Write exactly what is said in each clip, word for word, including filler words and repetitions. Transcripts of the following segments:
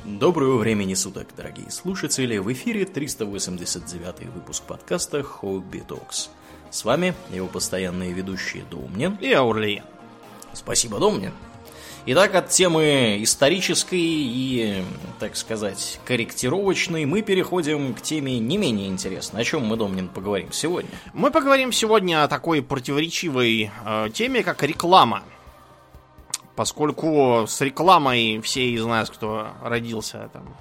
Доброго времени суток, дорогие слушатели! В эфире триста восемьдесят девятый выпуск подкаста Hobby Talks. С вами его постоянные ведущие Домнин и Аурлиен. Спасибо, Домнин. Итак, от темы исторической и, так сказать, корректировочной мы переходим к теме не менее интересной. О чем мы, Домнин, поговорим сегодня? Мы поговорим сегодня о такой противоречивой э, теме, как реклама. Поскольку с рекламой все из нас, кто родился там,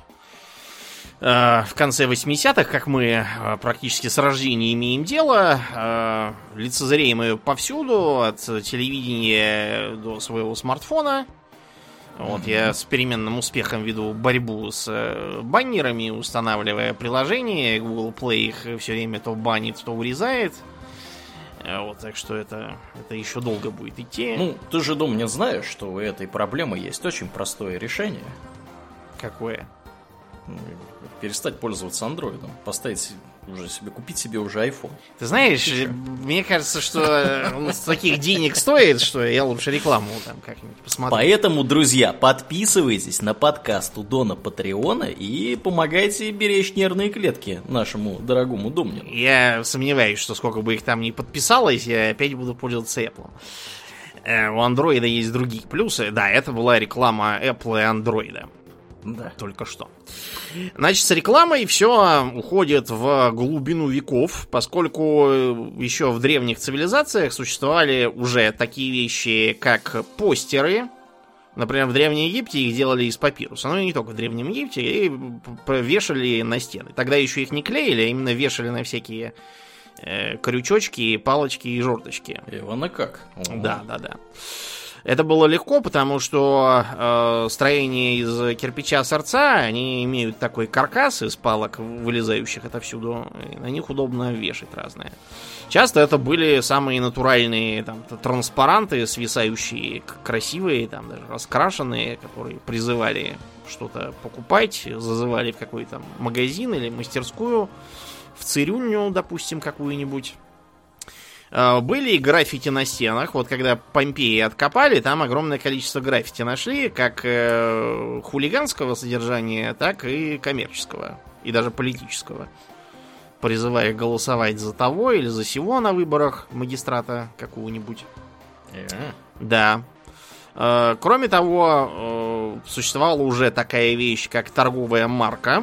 э, в конце восьмидесятых, как мы э, практически с рождения имеем дело, э, лицезреем ее повсюду, от телевидения до своего смартфона. Вот, mm-hmm. Я с переменным успехом веду борьбу с э, баннерами, устанавливая приложения. Google Play их все время то банит, то урезает. Вот, так что это, это еще долго будет идти. Ну, ты же, Дом, не знаешь, что у этой проблемы есть очень простое решение. Какое? Перестать пользоваться андроидом. Поставить уже себе, купить себе уже iPhone. Ты знаешь, Еще. Мне кажется, что он таких денег стоит, что я лучше рекламу там как-нибудь посмотрю. Поэтому, друзья, подписывайтесь на подкаст у Дона Патреона и помогайте беречь нервные клетки нашему дорогому Домнину. Я сомневаюсь, что сколько бы их там ни подписалось, я опять буду пользоваться Apple. У андроида есть другие плюсы. Да, это была реклама Apple и андроида. Да. Только что. Значит, с рекламой все уходит в глубину веков, поскольку еще в древних цивилизациях существовали уже такие вещи, как постеры. Например, в Древнем Египте их делали из папируса. Но не только в Древнем Египте, и вешали на стены. Тогда еще их не клеили, а именно вешали на всякие э, крючочки, палочки и жердочки. Ивана как? Да, да, да. Это было легко, потому что э, строения из кирпича сорца, они имеют такой каркас из палок, вылезающих отовсюду, и на них удобно вешать разное. Часто это были самые натуральные там, транспаранты, свисающие, красивые, там, даже раскрашенные, которые призывали что-то покупать, зазывали в какой-то магазин или мастерскую, в цирюльню, допустим, какую-нибудь. Были и граффити на стенах. Вот когда Помпеи откопали, там огромное количество граффити нашли, как э, хулиганского содержания, так и коммерческого, и даже политического. Призывая голосовать за того или за сего на выборах магистрата какого-нибудь. Yeah. Да. Э, кроме того, э, существовала уже такая вещь, как торговая марка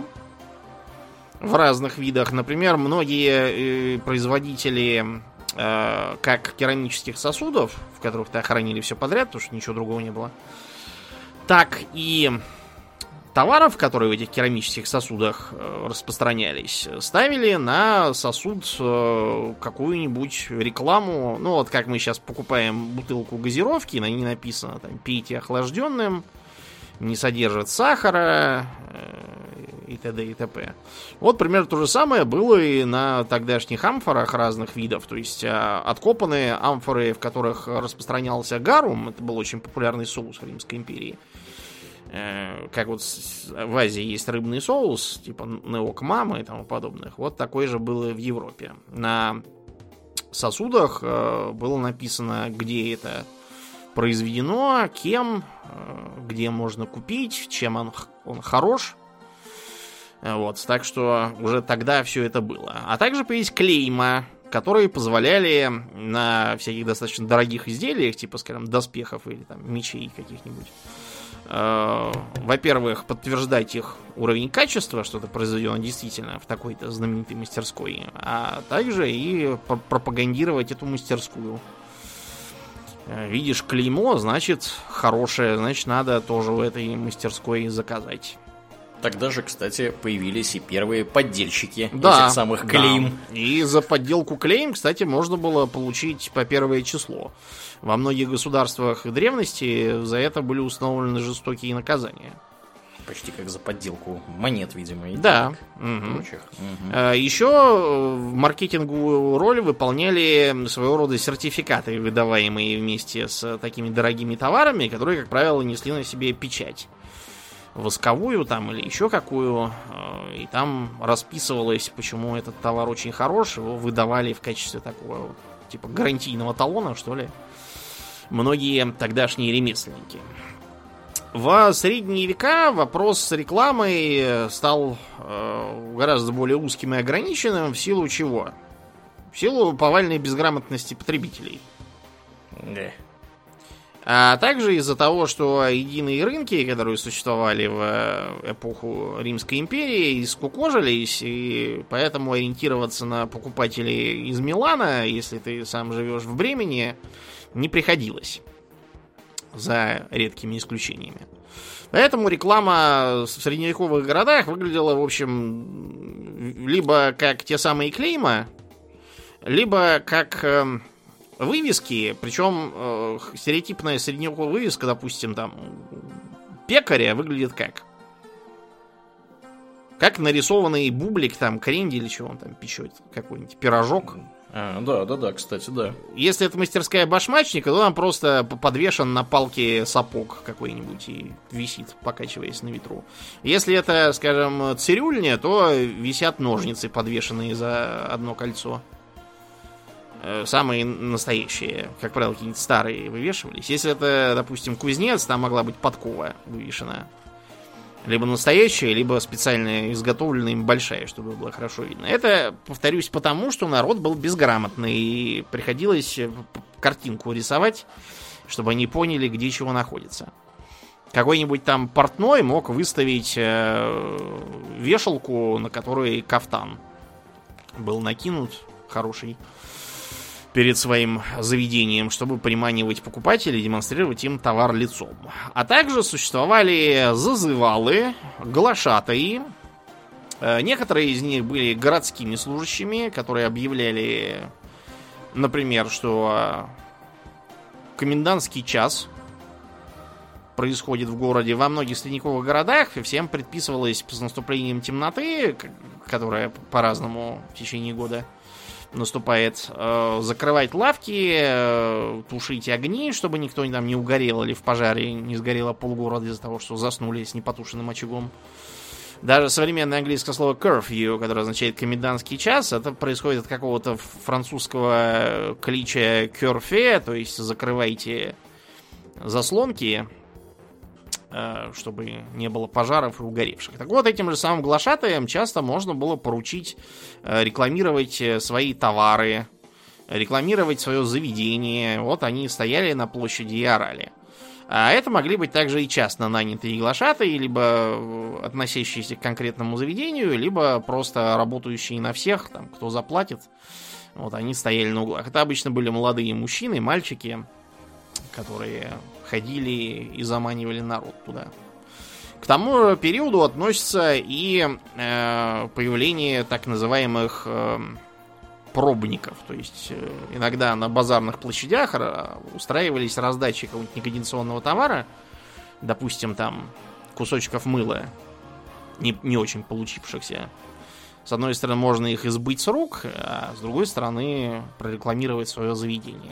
в разных видах. Например, многие э, производители как керамических сосудов, в которых-то хранили все подряд, потому что ничего другого не было, так и товаров, которые в этих керамических сосудах распространялись, ставили на сосуд какую-нибудь рекламу. Ну, вот как мы сейчас покупаем бутылку газировки, на ней написано там «пейте охлажденным», не содержит сахара и т.д. и т.п. Вот примерно то же самое было и на тогдашних амфорах разных видов. То есть откопанные амфоры, в которых распространялся гарум, это был очень популярный соус в Римской империи. Как вот в Азии есть рыбный соус, типа неок мамы и тому подобных. Вот такой же был и в Европе. На сосудах было написано, где это произведено, кем, где можно купить, чем он, он хорош. Вот, так что уже тогда все это было. А также появились клейма, которые позволяли на всяких достаточно дорогих изделиях, типа, скажем, доспехов или там мечей каких-нибудь, э, во-первых, подтверждать их уровень качества, что это произведено действительно в такой-то знаменитой мастерской, а также и пропагандировать эту мастерскую. Видишь клеймо, значит хорошее, значит надо тоже в этой мастерской заказать. Тогда же, кстати, появились и первые поддельщики да, этих самых клейм. Да. И за подделку клейм, кстати, можно было получить по первое число. Во многих государствах древности за это были установлены жестокие наказания. Почти как за подделку монет, видимо, и да. Угу. Угу. Еще маркетинговую роль выполняли своего рода сертификаты, выдаваемые вместе с такими дорогими товарами, которые, как правило, несли на себе печать восковую там или еще какую, и там расписывалось, почему этот товар очень хорош, его выдавали в качестве такого типа гарантийного талона, что ли, многие тогдашние ремесленники. В средние века вопрос с рекламой стал э, гораздо более узким и ограниченным в силу чего? В силу повальной безграмотности потребителей. Да. А также из-за того, что единые рынки, которые существовали в эпоху Римской империи, скукожились, и поэтому ориентироваться на покупателей из Милана, если ты сам живешь в Бремени, не приходилось. За редкими исключениями. Поэтому реклама в средневековых городах выглядела, в общем, либо как те самые клейма, либо как э, вывески. Причем э, стереотипная средневековая вывеска, допустим, там пекаря выглядит как? Как нарисованный бублик, там, крендель или чего он там печет, какой-нибудь пирожок. А, да, да, да, кстати, да. Если это мастерская башмачника, то там просто подвешен на палке сапог какой-нибудь и висит, покачиваясь на ветру. Если это, скажем, цирюльня, то висят ножницы, подвешенные за одно кольцо. Самые настоящие, как правило, какие-нибудь старые вывешивались. Если это, допустим, кузнец, там могла быть подкова вывешена. Либо настоящая, либо специально изготовленная им большая, чтобы было хорошо видно. Это, повторюсь, потому, что народ был безграмотный, и приходилось картинку рисовать, чтобы они поняли, где чего находится. Какой-нибудь там портной мог выставить э, вешалку, на которой кафтан был накинут, хороший, перед своим заведением, чтобы приманивать покупателей, демонстрировать им товар лицом. А также существовали зазывалы, глашатаи. Некоторые из них были городскими служащими, которые объявляли, например, что комендантский час происходит в городе. Во многих средневековых городах всем предписывалось с наступлением темноты, которая по-разному в течение года наступает, э, закрывать лавки, э, тушить огни, чтобы никто там не угорел или в пожаре не сгорело полгорода из-за того, что заснули с непотушенным очагом. Даже современное английское слово curfew, которое означает комендантский час, это происходит от какого-то французского клича curfew, то есть закрывайте заслонки, чтобы не было пожаров и угоревших. Так вот, этим же самым глашатаям часто можно было поручить рекламировать свои товары, рекламировать свое заведение. Вот они стояли на площади и орали. А это могли быть также и частно нанятые глашатаи, либо относящиеся к конкретному заведению, либо просто работающие на всех, там, кто заплатит. Вот они стояли на углах. Это обычно были молодые мужчины, мальчики, которые ходили и заманивали народ туда. К тому периоду относится и э, появление так называемых э, пробников. То есть э, иногда на базарных площадях устраивались раздачи какого-нибудь некондиционного товара, допустим, там кусочков мыла, не, не очень получившихся. С одной стороны, можно их избыть с рук, а с другой стороны, прорекламировать свое заведение.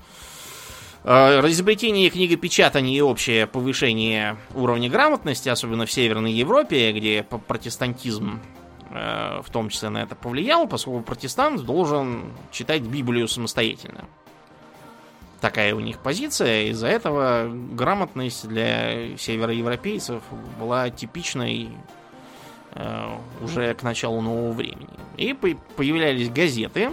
Изобретение книгопечатания и общее повышение уровня грамотности, особенно в Северной Европе, где протестантизм в том числе на это повлиял, поскольку протестант должен читать Библию самостоятельно. Такая у них позиция, из-за этого грамотность для североевропейцев была типичной уже к началу нового времени. И появлялись газеты.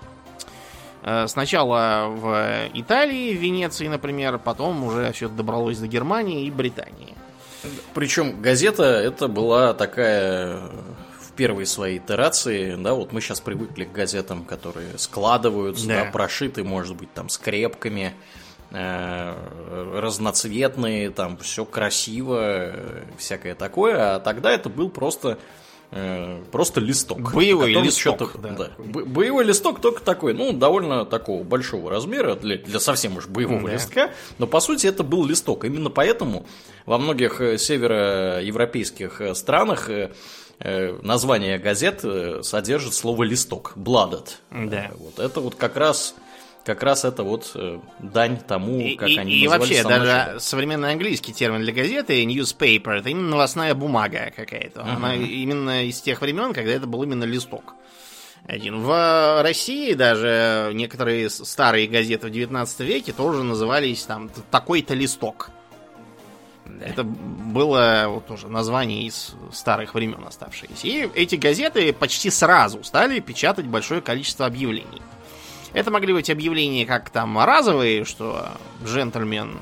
Сначала в Италии, в Венеции, например, потом уже все это добралось до Германии и Британии. Причем газета это была такая в первой своей итерации, да, вот мы сейчас привыкли к газетам, которые складываются, да, да прошиты, может быть, там скрепками, э, разноцветные, там все красиво, всякое такое, а тогда это был просто... Просто листок. Боевой листок. Да. Да. Боевой листок только такой, ну, довольно такого большого размера, для, для совсем уж боевого да. листка, но по сути это был листок. Именно поэтому во многих североевропейских странах название газет содержит слово листок. Blooded. Да. Вот это вот как раз... Как раз это вот дань тому, как и, они и, назывались. И вообще, даже современный английский термин для газеты newspaper — это именно новостная бумага какая-то. Uh-huh. Она именно из тех времен, когда это был именно листок. Один. В России даже некоторые старые газеты в девятнадцатом веке тоже назывались там такой-то листок. Да. Это было вот тоже название из старых времен оставшееся. И эти газеты почти сразу стали печатать большое количество объявлений. Это могли быть объявления как там разовые, что джентльмен,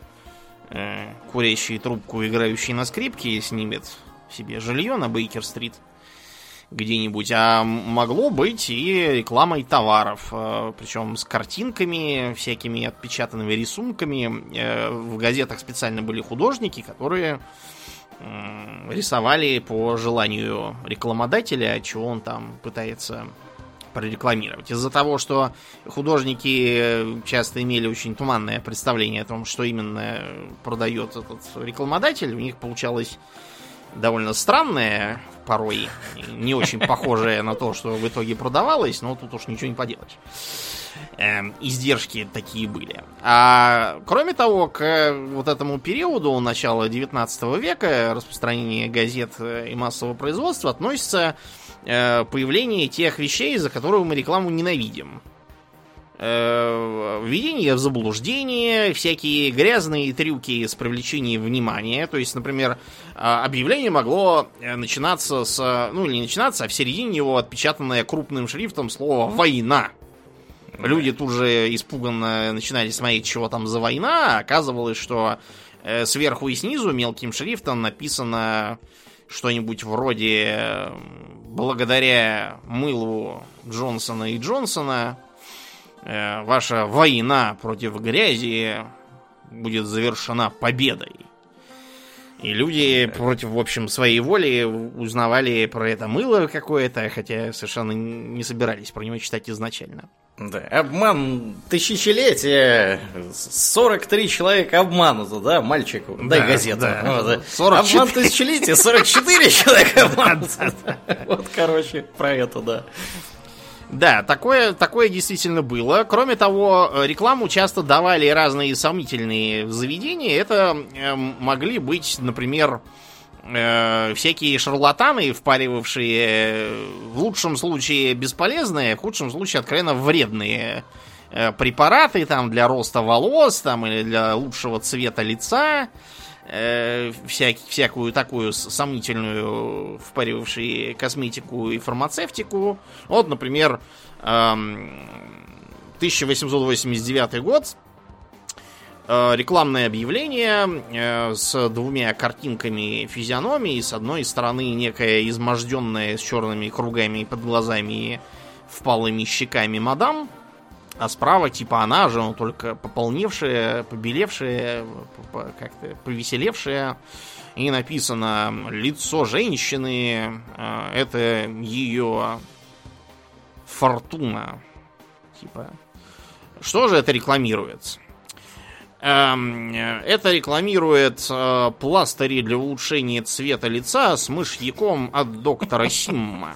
э, курящий трубку, играющий на скрипке, снимет себе жилье на Бейкер-стрит где-нибудь, а могло быть и рекламой товаров, причем с картинками, всякими отпечатанными рисунками. В газетах специально были художники, которые рисовали по желанию рекламодателя, чего он там пытается прорекламировать. Из-за того, что художники часто имели очень туманное представление о том, что именно продает этот рекламодатель, у них получалось довольно странное, порой не очень похожее на то, что в итоге продавалось, но тут уж ничего не поделаешь. Эм, издержки такие были. А кроме того, к вот этому периоду, начала девятнадцатого века, распространение газет и массового производства относится э, появление тех вещей, за которые мы рекламу ненавидим. Введение в заблуждение, всякие грязные трюки с привлечением внимания. То есть, например, объявление могло начинаться с... Ну, или не начинаться, а в середине его отпечатанное крупным шрифтом слово «война». Люди тут же испуганно начинали смотреть, чего там за война. Оказывалось, что сверху и снизу мелким шрифтом написано что-нибудь вроде «Благодаря мылу Джонсона и Джонсона ваша война против грязи будет завершена победой». И люди против, в общем, своей воли узнавали про это мыло какое-то, хотя совершенно не собирались про него читать изначально. Да, обман тысячелетия. сорок три человека обмануто, да, мальчику? Дай да, газету. Да. Вот, сорок четыре. Обман тысячелетия, сорок четыре человека обмануто. Вот, короче, про это, да. Да, такое, такое действительно было. Кроме того, рекламу часто давали разные сомнительные заведения. Это э, могли быть, например, э, всякие шарлатаны, впаривавшие в лучшем случае бесполезные, в худшем случае откровенно вредные э, препараты там, для роста волос там, или для лучшего цвета лица. Э, всяк, всякую такую сомнительную, впаривавшие косметику и фармацевтику. Вот, например, эм, тысяча восемьсот восемьдесят девятый год. Э, рекламное объявление э, с двумя картинками физиономии. С одной стороны некая изможденная с черными кругами под глазами и впалыми щеками мадам. А справа, типа, она же, но только пополневшая, побелевшая, как-то повеселевшая. И написано: лицо женщины, это ее фортуна. Типа, что же это рекламирует? Это рекламирует пластыри для улучшения цвета лица с мышьяком от доктора Симма.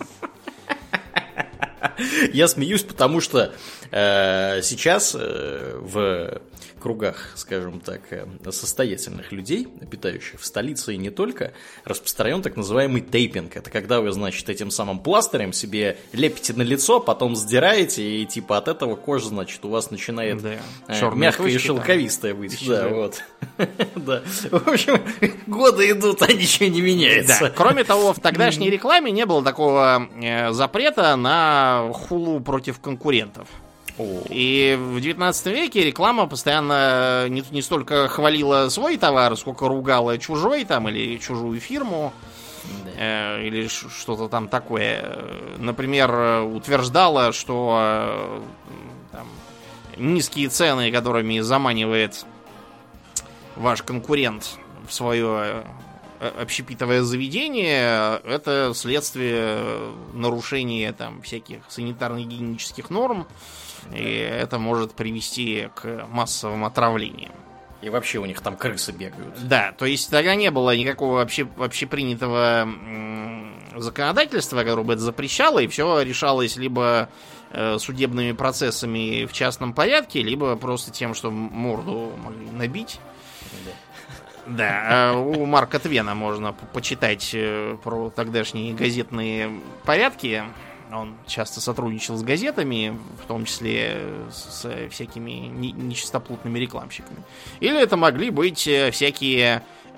Я смеюсь, потому что э, сейчас э, в кругах, скажем так, состоятельных людей, обитающих в столице и не только, распространен так называемый тейпинг. Это когда вы, значит, этим самым пластырем себе лепите на лицо, потом сдираете, и типа от этого кожа, значит, у вас начинает да. э, мягкая и шелковистая быть. Да, вот. Да. В общем, годы идут, а ничего не меняется. Да. Кроме того, в тогдашней рекламе не было такого э, запрета на хулу против конкурентов. И в девятнадцатом веке реклама постоянно не, не столько хвалила свой товар, сколько ругала чужой там или чужую фирму, да. э, или что-то там такое. Например, утверждала, что э, там, низкие цены, которыми заманивает ваш конкурент в свое общепитовое заведение, это следствие нарушения там всяких санитарно-гигиенических норм. И это может привести к массовым отравлениям. И вообще у них там крысы бегают. Да, то есть тогда не было никакого вообще, общепринятого м- законодательства, которое бы это запрещало, и все решалось либо э, судебными процессами в частном порядке, либо просто тем, что морду могли набить. Да. Да, у Марка Твена можно почитать про тогдашние газетные порядки. Он часто сотрудничал с газетами, в том числе с всякими нечистоплотными рекламщиками. Или это могли быть всякие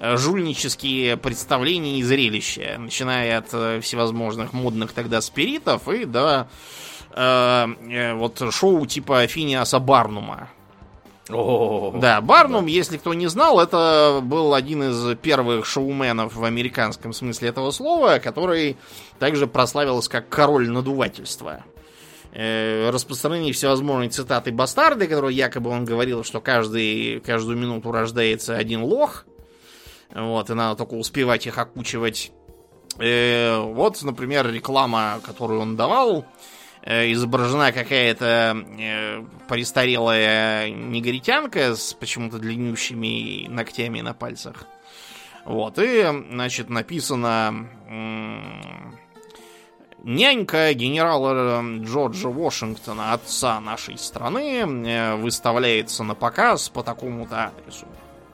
жульнические представления и зрелища, начиная от всевозможных модных тогда спиритов и до э, э, вот шоу типа Финиаса Барнума. О-о-о. Да, Барнум, да. Если кто не знал, это был один из первых шоуменов в американском смысле этого слова, который также прославился как король надувательства. Э, распространение всевозможной цитаты бастарды, которые якобы он говорил, что каждый, каждую минуту рождается один лох. Вот, и надо только успевать их окучивать. Э, вот, например, реклама, которую он давал, э, изображена какая-то э, престарелая негритянка с почему-то длиннющими ногтями на пальцах. Вот, и, значит, написано: нянька генерала Джорджа Вашингтона, отца нашей страны, э, выставляется на показ по такому-то адресу.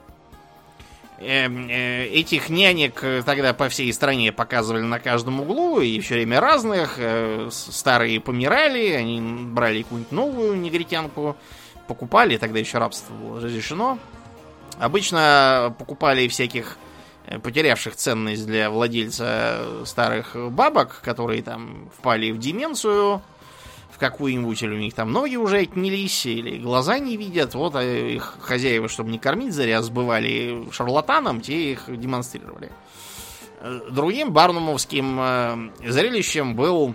Этих нянек тогда по всей стране показывали на каждом углу, и все время разных. Старые помирали, они брали какую-нибудь новую негритянку, покупали, тогда еще рабство было разрешено. Обычно покупали всяких потерявших ценность для владельца старых бабок, которые там впали в деменцию в какую-нибудь, или у них там ноги уже отнялись, или глаза не видят. Вот их хозяева, чтобы не кормить зря, сбывали шарлатанам, те их демонстрировали. Другим барнумовским э, зрелищем был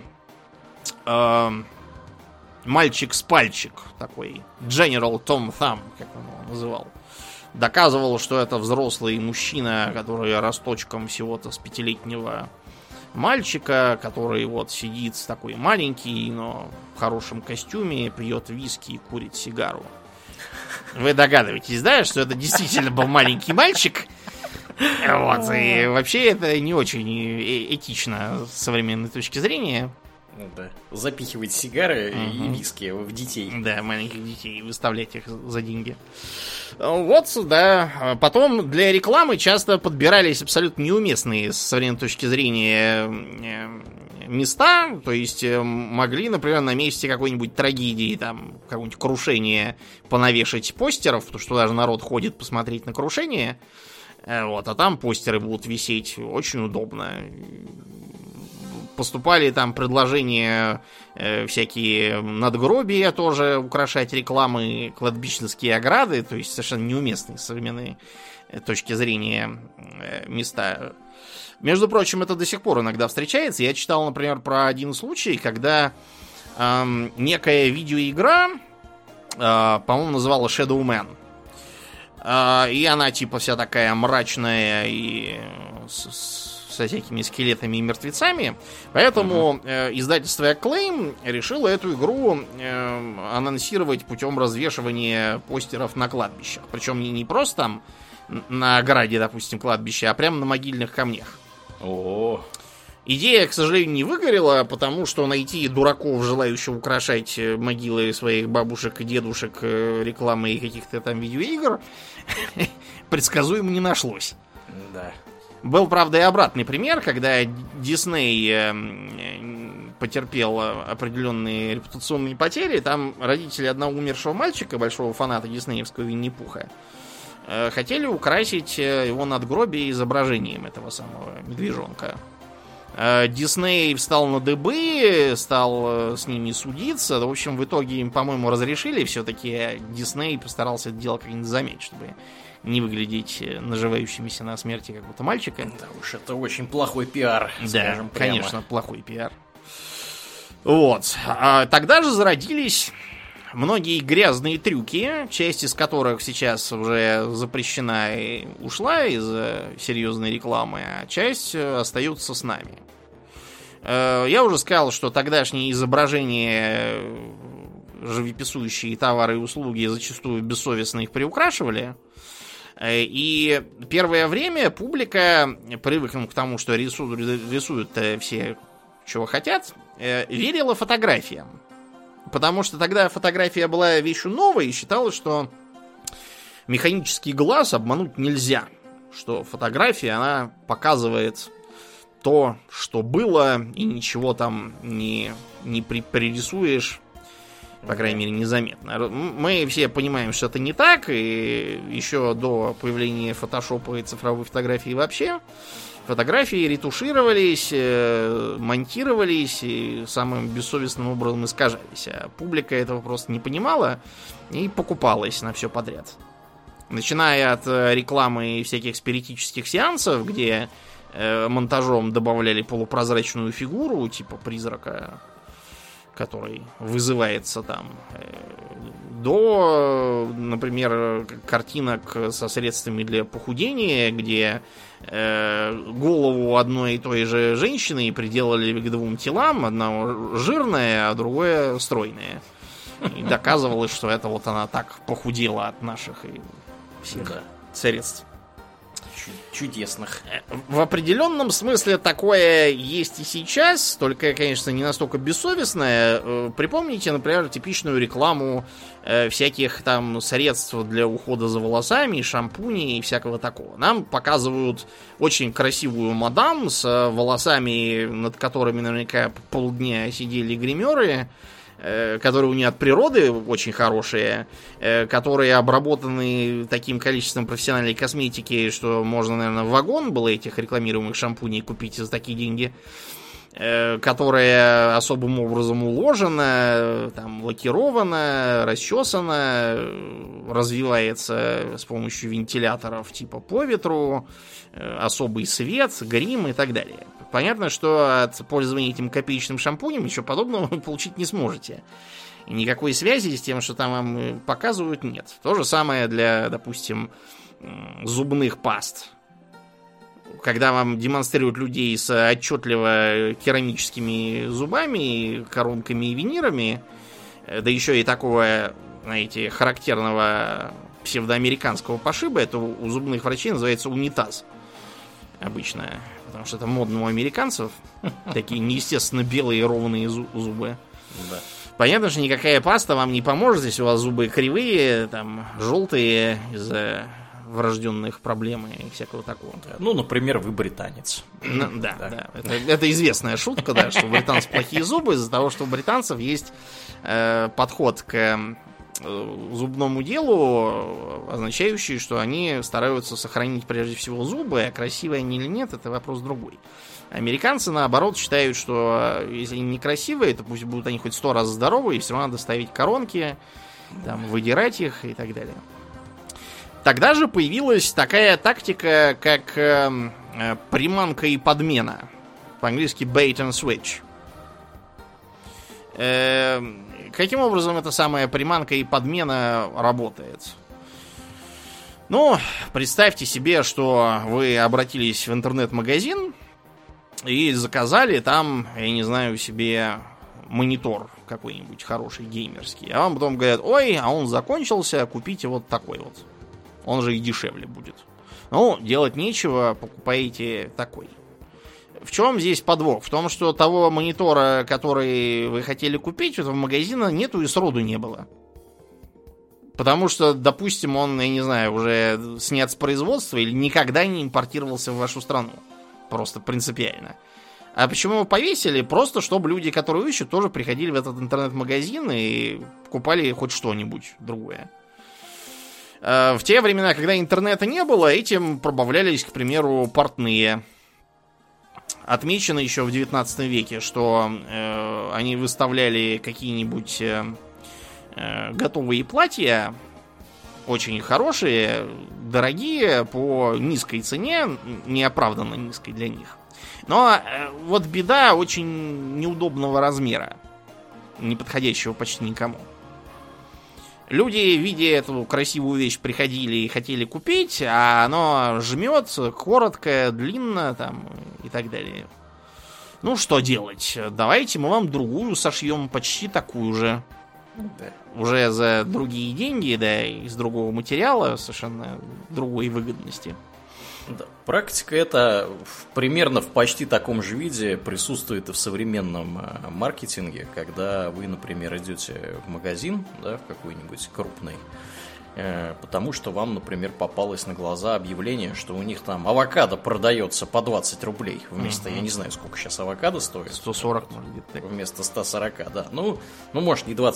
э, мальчик с пальчик, такой General Tom Thumb, как он его называл. Доказывал, что это взрослый мужчина, который росточком всего-то с пятилетнего мальчика, который вот сидит такой маленький, но в хорошем костюме, пьет виски и курит сигару. Вы догадываетесь, да, что это действительно был маленький мальчик? Вот, и вообще это не очень этично с современной точки зрения. Да. Запихивать сигары угу. и виски в детей. Да, маленьких детей, выставлять их за деньги. Вот, да. Потом для рекламы часто подбирались абсолютно неуместные с современной точки зрения места. То есть могли, например, на месте какой-нибудь трагедии, там, какое-нибудь крушение понавешать постеров, потому что даже народ ходит посмотреть на крушение. Вот, а там постеры будут висеть. Очень удобно. Поступали там предложения э, всякие надгробия тоже украшать рекламы, кладбищенские ограды, то есть совершенно неуместные с современной точки зрения э, места. Между прочим, это до сих пор иногда встречается. Я читал, например, про один случай, когда э, некая видеоигра, э, по-моему, называлась Shadow Man. Э, и она типа вся такая мрачная и с, со всякими скелетами и мертвецами. Поэтому uh-huh. э, издательство Acclaim решило эту игру э, анонсировать путем развешивания постеров на кладбищах. Причем не, не просто там на ограде, допустим, кладбища, а прямо на могильных камнях. О. Идея, к сожалению, не выгорела, потому что найти дураков, желающих украшать могилы своих бабушек и дедушек рекламой каких-то там видеоигр, предсказуемо не нашлось. Да. Был, правда, и обратный пример, когда Дисней э, потерпел определенные репутационные потери. Там родители одного умершего мальчика, большого фаната диснеевского Винни-Пуха, э, хотели украсить его надгробие изображением этого самого медвежонка. Э, Дисней встал на дыбы, стал с ними судиться. В общем, в итоге им, по-моему, разрешили. Все-таки Дисней постарался это дело как-нибудь заметить, чтобы не выглядеть наживающимися на смерти какого-то мальчика. Да уж, это очень плохой пиар, да, скажем прямо. Конечно, плохой пиар. Вот. А тогда же зародились многие грязные трюки, часть из которых сейчас уже запрещена и ушла из серьезной рекламы, а часть остается с нами. Я уже сказал, что тогдашние изображения, живописующие товары и услуги, зачастую бессовестно их приукрашивали. И первое время публика, привыкнув к тому, что рисуют, рисуют все, чего хотят, верила фотографиям. Потому что тогда фотография была вещью новой, и считалось, что механический глаз обмануть нельзя. Что фотография, она показывает то, что было, и ничего там не, не при, пририсуешь По крайней мере, незаметно. Мы все понимаем, что это не так, и еще до появления фотошопа и цифровой фотографии вообще фотографии ретушировались, монтировались и самым бессовестным образом искажались. А публика этого просто не понимала и покупалась на все подряд. Начиная от рекламы всяких спиритических сеансов, где монтажом добавляли полупрозрачную фигуру, типа призрака, который вызывается там, до, например, картинок со средствами для похудения, где голову одной и той же женщины приделали к двум телам, одно жирное, а другое стройное. И доказывалось, что это вот она так похудела от наших и всех да. средств. Чудесных. В определенном смысле такое есть и сейчас, только, конечно, не настолько бессовестное. Припомните, например, типичную рекламу всяких там средств для ухода за волосами, шампуней и всякого такого. Нам показывают очень красивую мадам с волосами, над которыми наверняка полдня сидели гримеры, которые у нее от природы очень хорошие, которые обработаны таким количеством профессиональной косметики, что можно, наверное, вагон было этих рекламируемых шампуней купить за такие деньги, которая особым образом уложена, там, лакирована, расчесана, развивается с помощью вентиляторов типа по ветру, особый свет, грим и так далее. Понятно, что от пользования этим копеечным шампунем ничего подобного вы получить не сможете. И никакой связи с тем, что там вам показывают, нет. То же самое для, допустим, зубных паст. Когда вам демонстрируют людей с отчетливо керамическими зубами, коронками и винирами, да еще и такого, знаете, характерного псевдоамериканского пошиба, это у зубных врачей называется унитаз. Обычно. Потому что это модно у американцев. Такие неестественно белые ровные зубы. Да. Понятно, что никакая паста вам не поможет, если у вас зубы кривые, там, желтые из-за врожденных проблем и всякого такого. Ну, например, вы британец. Ну, да, да. да. Это, это известная шутка, да, что у британцев плохие зубы из-за того, что у британцев есть э, подход к зубному делу, означающий, что они стараются сохранить прежде всего зубы, а красивые они или нет, это вопрос другой. Американцы, наоборот, считают, что если они некрасивые, то пусть будут они хоть сто раз здоровые, и все равно надо ставить коронки, там, выдирать их и так далее. Тогда же появилась такая тактика, как э, приманка и подмена. По-английски bait and switch. Э, каким образом эта самая приманка и подмена работает? Ну, представьте себе, что вы обратились в интернет-магазин и заказали там, я не знаю, себе монитор какой-нибудь хороший, геймерский. А вам потом говорят: ой, а он закончился, купите вот такой вот. Он же и дешевле будет. Ну, делать нечего, покупаете такой. В чем здесь подвох? В том, что того монитора, который вы хотели купить, этого магазина нету и сроду не было. Потому что, допустим, он, я не знаю, уже снят с производства или никогда не импортировался в вашу страну. Просто принципиально. А почему его повесили? Просто чтобы люди, которые ищут, тоже приходили в этот интернет-магазин и покупали хоть что-нибудь другое. В те времена, когда интернета не было, этим пробавлялись, к примеру, портные. Отмечено еще в девятнадцатом веке, что э, они выставляли какие-нибудь э, готовые платья, очень хорошие, дорогие, по низкой цене, неоправданно низкой для них. Но э, вот беда очень неудобного размера, не подходящего почти никому. Люди, видя эту красивую вещь, приходили и хотели купить, а оно жмет коротко, длинно там, и так далее. Ну, что делать? Давайте мы вам другую сошьем, почти такую же. Да. Уже за другие деньги, да, из другого материала, совершенно другой выгодности. Да. Практика эта примерно в почти таком же виде присутствует и в современном маркетинге, когда вы, например, идете в магазин, да, в какой-нибудь крупный, э, потому что вам, например, попалось на глаза объявление, что у них там авокадо продается по двадцать рублей вместо, uh-huh. я не знаю, сколько сейчас авокадо стоит. сто сорок, может быть. Вместо ста сорока, да. Ну, ну, может, не двадцать, может,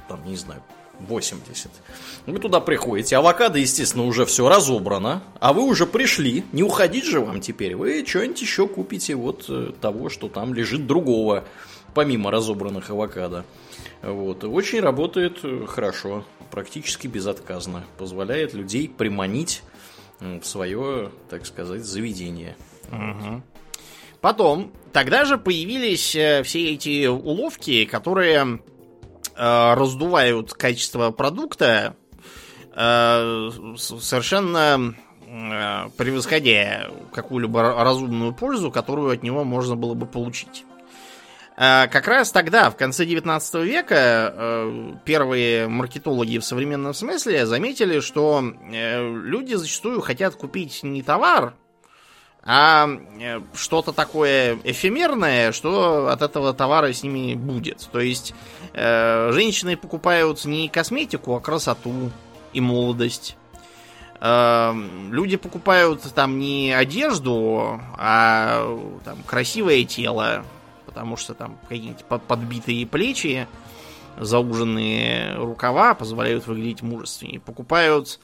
там, не знаю, восемьдесят. Вы туда приходите, авокадо, естественно, уже все разобрано, а вы уже пришли, не уходить же вам теперь, вы что-нибудь еще купите вот того, что там лежит другого, помимо разобранных авокадо. Вот. Очень работает хорошо, практически безотказно, позволяет людей приманить в свое, так сказать, заведение. Угу. Потом, тогда же появились э, все эти уловки, которые э, раздувают качество продукта, э, совершенно э, превосходя какую-либо разумную пользу, которую от него можно было бы получить. Э, как раз тогда, в конце девятнадцатого века, э, первые маркетологи в современном смысле заметили, что э, люди зачастую хотят купить не товар, а что-то такое эфемерное, что от этого товара с ними будет. То есть э, женщины покупают не косметику, а красоту и молодость. Э, люди покупают там не одежду, а там, красивое тело, потому что там какие-нибудь подбитые плечи, зауженные рукава позволяют выглядеть мужественнее. Покупают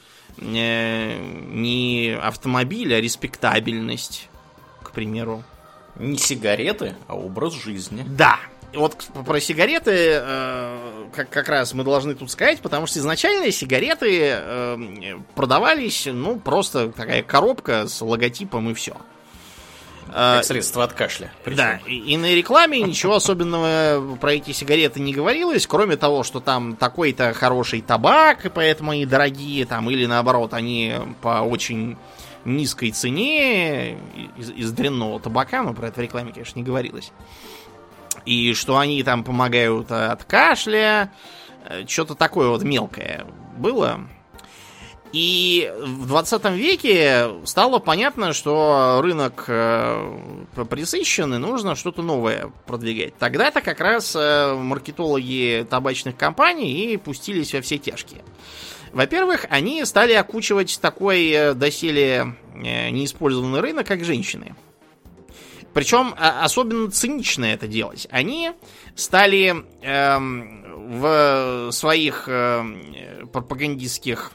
не автомобиль, а респектабельность, к примеру. Не сигареты, а образ жизни. Да. Вот про сигареты э, как, как раз мы должны тут сказать, потому что изначально сигареты э, продавались, ну, просто такая коробка с логотипом и все. Как средство от кашля. Причем. Да, и, и на рекламе ничего особенного про эти сигареты не говорилось, кроме того, что там такой-то хороший табак, и поэтому они дорогие, там, или наоборот, они по очень низкой цене из, из дрянного табака, но про это в рекламе, конечно, не говорилось. И что они там помогают от кашля, что-то такое вот мелкое было. И в двадцатом веке стало понятно, что рынок пресыщен, и нужно что-то новое продвигать. Тогда-то как раз маркетологи табачных компаний и пустились во все тяжкие. Во-первых, они стали окучивать такой доселе неиспользованный рынок, как женщины. Причем особенно цинично это делать. Они стали эм, в своих э, пропагандистских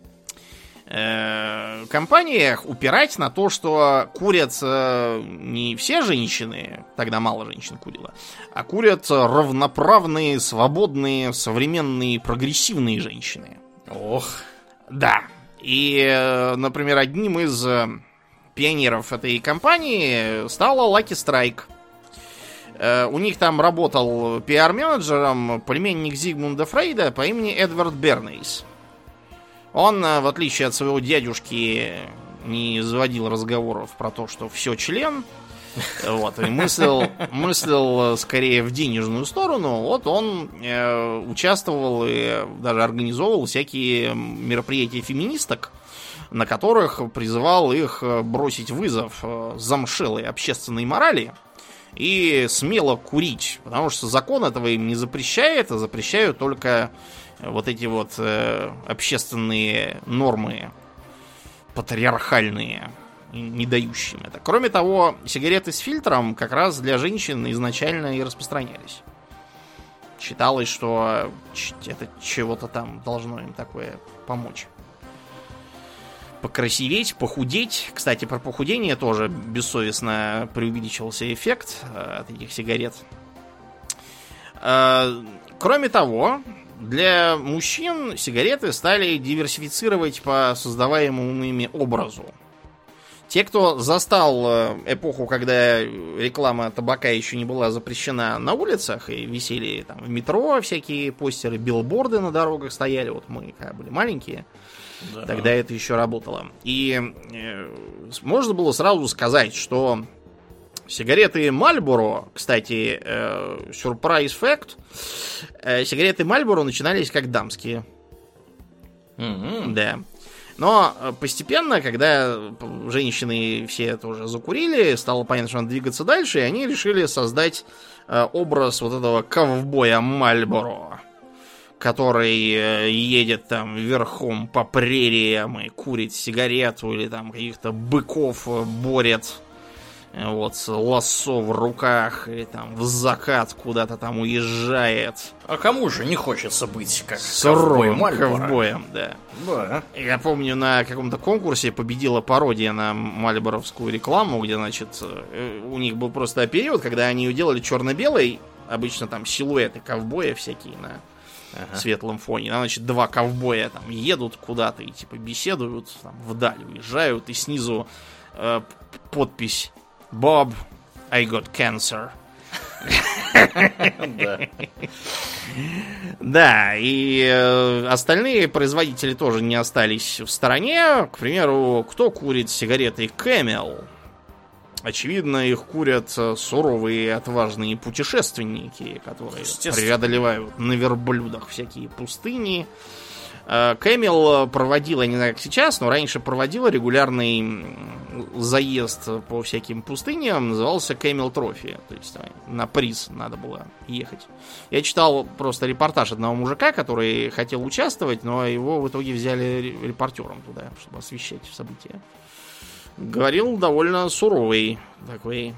компаниях упирать на то, что курят не все женщины, тогда мало женщин курило, а курят равноправные, свободные, современные, прогрессивные женщины. Ох. Да. И, например, одним из пионеров этой компании стала Lucky Strike. У них там работал пиар-менеджером племянник Зигмунда Фрейда по имени Эдвард Бернейс. Он, в отличие от своего дядюшки, не заводил разговоров про то, что все член. Вот, и мыслил, мыслил скорее в денежную сторону. Вот он э, участвовал и даже организовывал всякие мероприятия феминисток, на которых призывал их бросить вызов замшелой общественной морали и смело курить. Потому что закон этого им не запрещает, а запрещают только вот эти вот э, общественные нормы патриархальные, не дающие это. Кроме того, сигареты с фильтром как раз для женщин изначально и распространялись. Считалось, что это чего-то там должно им такое помочь. Покрасиветь, похудеть. Кстати, про похудение тоже бессовестно преувеличивался эффект от этих сигарет. Кроме того, для мужчин сигареты стали диверсифицировать по создаваемому ими образу. Те, кто застал эпоху, когда реклама табака еще не была запрещена на улицах, и висели там в метро всякие постеры, билборды на дорогах стояли, вот мы когда были маленькие, да. Тогда это еще работало. И э, можно было сразу сказать, что сигареты Marlboro, кстати, э, surprise fact, э, сигареты Marlboro начинались как дамские. Mm-hmm. Да. Но постепенно, когда женщины все тоже закурили, стало понятно, что надо двигаться дальше, и они решили создать э, образ вот этого ковбоя Marlboro, который э, едет там верхом по прериям и курит сигарету, или там каких-то быков борет Вот, с лассо в руках, и там в закат куда-то там уезжает. А кому же не хочется быть как суровым ковбой ковбоем, да. Да. Я помню, на каком-то конкурсе победила пародия на мальборовскую рекламу, где, значит, у них был просто период, когда они ее делали черно-белой, обычно там силуэты ковбоя всякие на ага. светлом фоне. А, значит, два ковбоя там едут куда-то и типа беседуют, там, вдаль уезжают, и снизу э, подпись Bob, I got cancer. Да. Да, и э, остальные производители тоже не остались в стороне. К примеру, кто курит сигареты Camel? Очевидно, их курят суровые, отважные путешественники, которые преодолевают на верблюдах всякие пустыни. Camel проводила, не знаю, как сейчас, но раньше проводила регулярный заезд по всяким пустыням, назывался Camel Trophy. То есть на приз надо было ехать. Я читал просто репортаж одного мужика, который хотел участвовать, но его в итоге взяли репортером туда, чтобы освещать события. Говорил, довольно суровый такой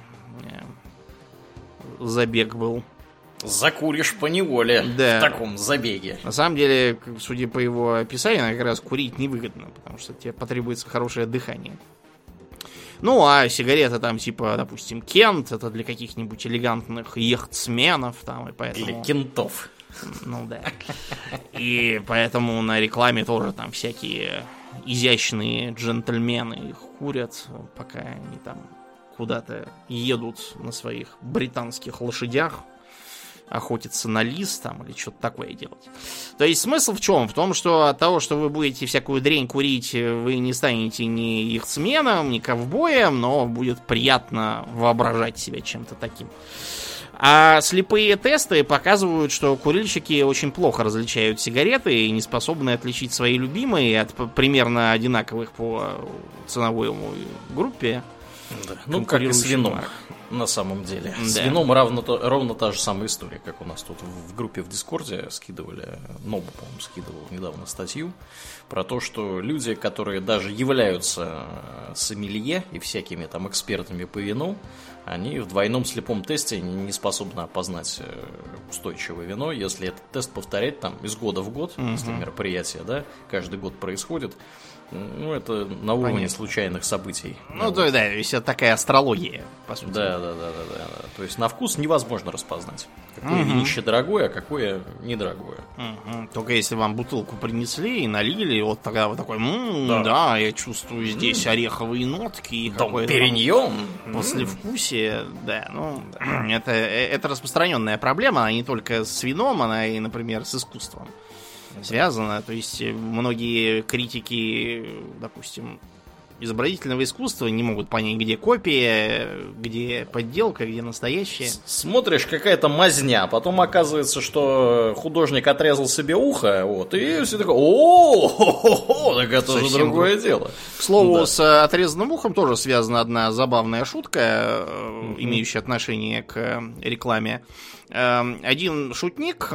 забег был. Закуришь по неволе да. в таком забеге. На самом деле, судя по его описанию, как раз курить невыгодно, потому что тебе потребуется хорошее дыхание. Ну, а сигарета там, типа, допустим, Кент, это для каких-нибудь элегантных яхтсменов там, и поэтому... Или кентов. Ну, да. И поэтому на рекламе тоже там всякие изящные джентльмены их курят, пока они там куда-то едут на своих британских лошадях, охотиться на лис там или что-то такое делать. То есть смысл в чем? В том, что от того, что вы будете всякую дрянь курить, вы не станете ни яхтсменом, ни ковбоем, но будет приятно воображать себя чем-то таким. А слепые тесты показывают, что курильщики очень плохо различают сигареты и не способны отличить свои любимые от примерно одинаковых по ценовой группе. Да. Ну, как и с вином, на самом деле. Да. С вином равно, ровно та же самая история, как у нас тут в группе в Дискорде скидывали, Нобу, по-моему, скидывал недавно статью про то, что люди, которые даже являются сомелье и всякими там экспертами по вину, они в двойном слепом тесте не способны опознать устойчивое вино, если этот тест повторять там из года в год, угу. если мероприятие, да, каждый год происходит. Ну, это на уровне Понятно. случайных событий. Ну, то, да, то есть это такая астрология, по сути. Да, да, да, да, да, да. То есть на вкус невозможно распознать, какое угу. винище дорогое, а какое недорогое. Угу. Только если вам бутылку принесли и налили, вот тогда вы такой, м-м, да. да, я чувствую здесь ореховые нотки и какое-то периньон. Послевкусие, да, ну, да. Это, это распространенная проблема, она не только с вином, она и, например, с искусством связано. То есть многие критики, допустим, изобразительного искусства не могут понять, где копия, где подделка, где настоящая. Смотришь, какая-то мазня, а потом оказывается, что художник отрезал себе ухо, вот, и все такое, о, так это же другое дело. К слову, с отрезанным ухом тоже связана одна забавная шутка, имеющая отношение к рекламе. Один шутник,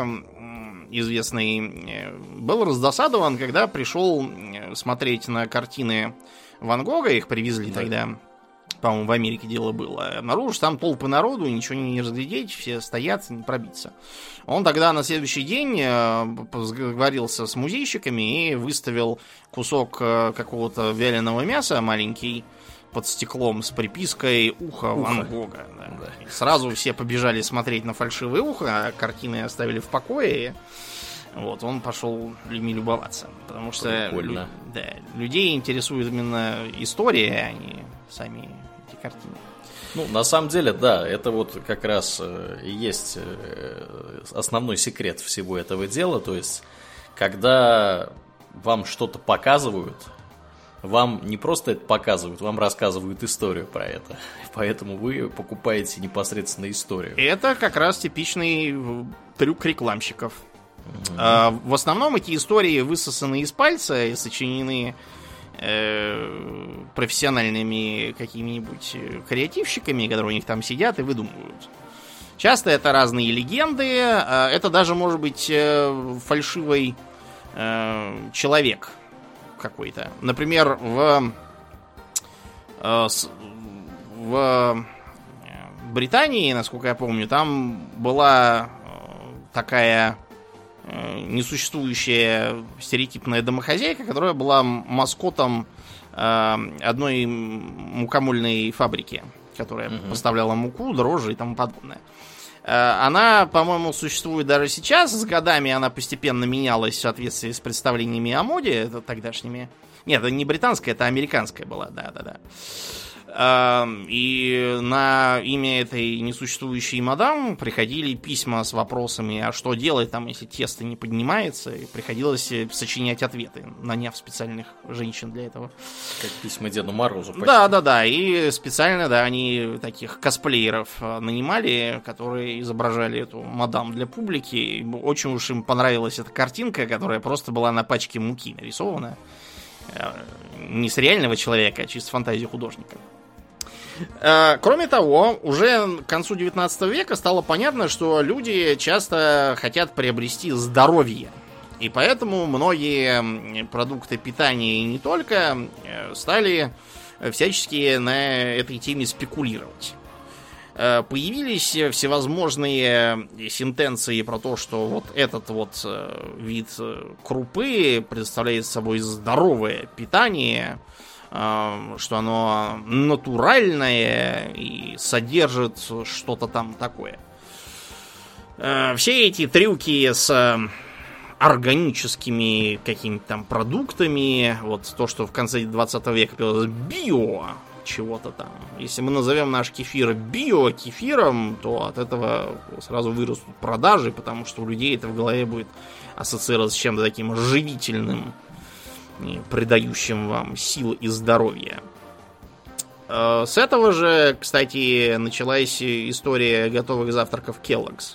известный, был раздосадован, когда пришел смотреть на картины Ван Гога, их привезли да. тогда, по-моему, в Америке дело было. Обнаружил, что там толпы народу, ничего не разглядеть, все стоят, не пробиться. Он тогда на следующий день поговорился с музейщиками и выставил кусок какого-то вяленого мяса маленький под стеклом с припиской «Ухо Ван Гога». Да. Да. Сразу все побежали смотреть на фальшивое ухо, а картины оставили в покое. Вот, он пошел ими любоваться. Потому что лю- да, людей интересует именно история, а не сами эти картины. Ну, на самом деле, да, это вот как раз и есть основной секрет всего этого дела. То есть, когда вам что-то показывают, вам не просто это показывают, вам рассказывают историю про это. Поэтому вы покупаете непосредственно историю. Это как раз типичный трюк рекламщиков. Mm-hmm. А, в основном эти истории высосаны из пальца и сочинены э, профессиональными какими-нибудь креативщиками, которые у них там сидят и выдумывают. Часто это разные легенды. Это даже может быть фальшивый э, человек какой-то. Например, в, э, в Британии, насколько я помню, там была такая несуществующая стереотипная домохозяйка, которая была маскотом одной мукомольной фабрики, которая угу. поставляла муку, дрожжи и тому подобное. Она, по-моему, существует даже сейчас. С годами она постепенно менялась в соответствии с представлениями о моде тогдашними. Нет, это не британская, это американская была, да-да-да. И на имя этой несуществующей мадам приходили письма с вопросами, а что делать там, если тесто не поднимается, и приходилось сочинять ответы, наняв специальных женщин для этого. Как письма Деду Морозу. Да-да-да, и специально, да, они таких косплееров нанимали, которые изображали эту мадам для публики. И очень уж им понравилась эта картинка, которая просто была на пачке муки нарисована. Не с реального человека, а чисто с фантазии художника. Кроме того, уже к концу девятнадцатого века стало понятно, что люди часто хотят приобрести здоровье. И поэтому многие продукты питания и не только стали всячески на этой теме спекулировать. Появились всевозможные сентенции про то, что вот этот вот вид крупы представляет собой здоровое питание, что оно натуральное и содержит что-то там такое. Все эти трюки с органическими какими-то там продуктами, вот то, что в конце двадцатого века пилось био чего-то там. Если мы назовем наш кефир био-кефиром, то от этого сразу вырастут продажи, потому что у людей это в голове будет ассоциироваться с чем-то таким живительным, придающим вам сил и здоровья. С этого же, кстати, началась история готовых завтраков Kellogg's.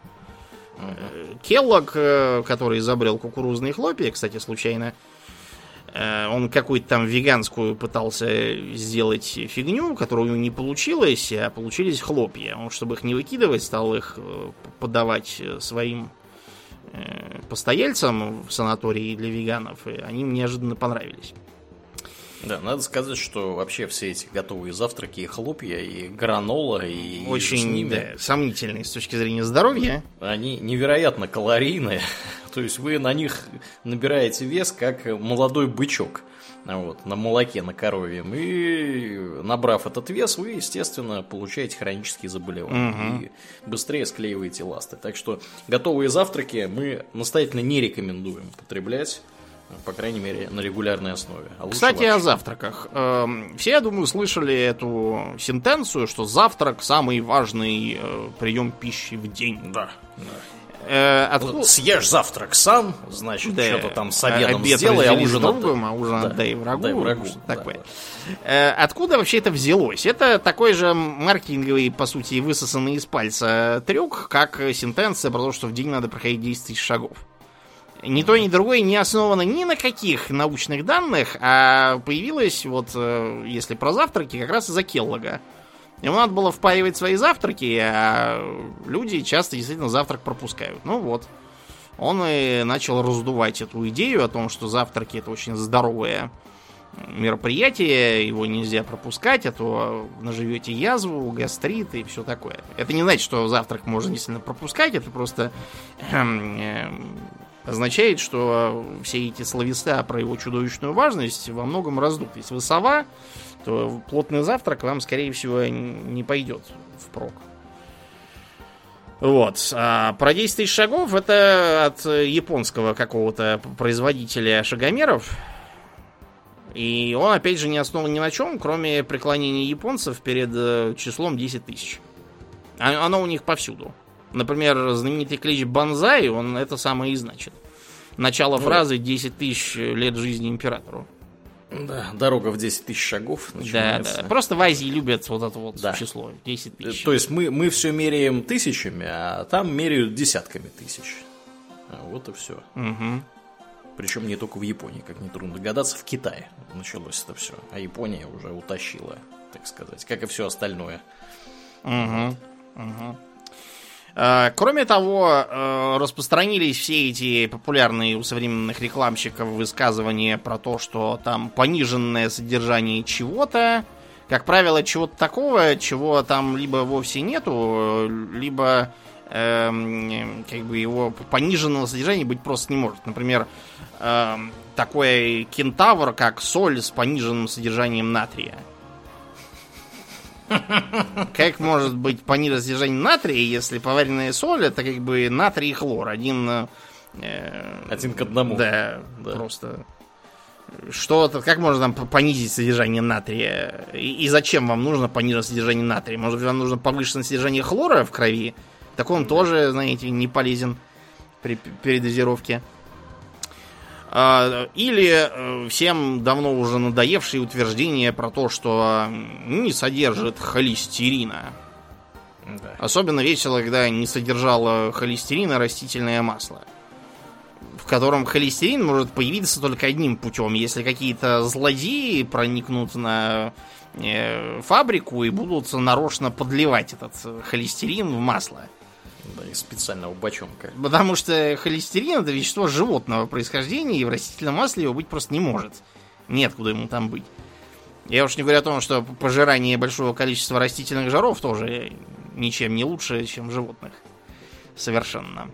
Kellogg, который изобрел кукурузные хлопья, кстати, случайно, он какую-то там веганскую пытался сделать фигню, которую у него не получилось, а получились хлопья. Он, чтобы их не выкидывать, стал их подавать своим постояльцам в санатории для веганов, и они мне неожиданно понравились. Да, надо сказать, что вообще все эти готовые завтраки, и хлопья, и гранола, и очень с ними, да, сомнительные с точки зрения здоровья. Они невероятно калорийные. То есть вы на них набираете вес, как молодой бычок. Вот, на молоке, на коровьем. И набрав этот вес, вы, естественно, получаете хронические заболевания. Угу. И быстрее склеиваете ласты. Так что готовые завтраки мы настоятельно не рекомендуем потреблять. По крайней мере, на регулярной основе. А кстати, вообще о завтраках. Все, я думаю, слышали эту сентенцию, что завтрак самый важный прием пищи в день. Да, да. Э, откуда... Съешь завтрак сам, значит, да, что-то там с обедом обед сделай, а ужин другом, а ужин да, отдай врагу. Дай врагу да, такое. Да. Откуда вообще это взялось? Это такой же маркетинговый, по сути, высосанный из пальца трюк, как сентенция про то, что в день надо проходить десять тысяч шагов. Ни то, ни другое не основано ни на каких научных данных, а появилось, вот, если про завтраки, как раз из-за Келлога. Ему надо было впаивать свои завтраки, а люди часто действительно завтрак пропускают. Ну вот. Он и начал раздувать эту идею о том, что завтраки — это очень здоровое мероприятие, его нельзя пропускать, а то наживете язву, гастрит и все такое. Это не значит, что завтрак можно действительно пропускать, это просто означает, что все эти словеса про его чудовищную важность во многом раздут. Если вы сова, то плотный завтрак вам, скорее всего, не пойдет впрок. Вот. А про десять тысяч шагов — это от японского какого-то производителя шагомеров. И он, опять же, не основан ни на чем, кроме преклонения японцев перед числом десять тысяч. Оно у них повсюду. Например, знаменитый клич Банзай, он это самое и значит. Начало ну, фразы «десять тысяч лет жизни императору». Да, дорога в десять тысяч шагов начинается. Да, да. Просто в Азии любят вот это вот да. число десять тысяч. То есть мы, мы все меряем тысячами, а там меряют десятками тысяч. Вот и все. Угу. Причем не только в Японии, как нетрудно догадаться, в Китае началось это все. А Япония уже утащила, так сказать, как и все остальное. Угу. Угу. Кроме того, распространились все эти популярные у современных рекламщиков высказывания про то, что там пониженное содержание чего-то, как правило, чего-то такого, чего там либо вовсе нету, либо э, как бы его пониженного содержания быть просто не может. Например, э, такой кентавр, как соль с пониженным содержанием натрия. Как может быть пониженное содержание натрия, если поваренная соль это как бы натрий и хлор? Один... Э, Один к одному. Да, да. Просто... Что-то, как можно там понизить содержание натрия? И, и зачем вам нужно понизить содержание натрия? Может быть, вам нужно повышенное содержание хлора в крови? Так он тоже, знаете, не полезен при передозировке. Или всем давно уже надоевшие утверждения про то, что не содержит холестерина. Да. Особенно весело, когда не содержало холестерина растительное масло, в котором холестерин может появиться только одним путем, если какие-то злодеи проникнут на э, фабрику и будут нарочно подливать этот холестерин в масло. Да, из специального бочонка. Потому что холестерин это вещество животного происхождения, и в растительном масле его быть просто не может. Нет куда ему там быть. Я уж не говорю о том, что пожирание большого количества растительных жиров тоже ничем не лучше, чем животных. Совершенно.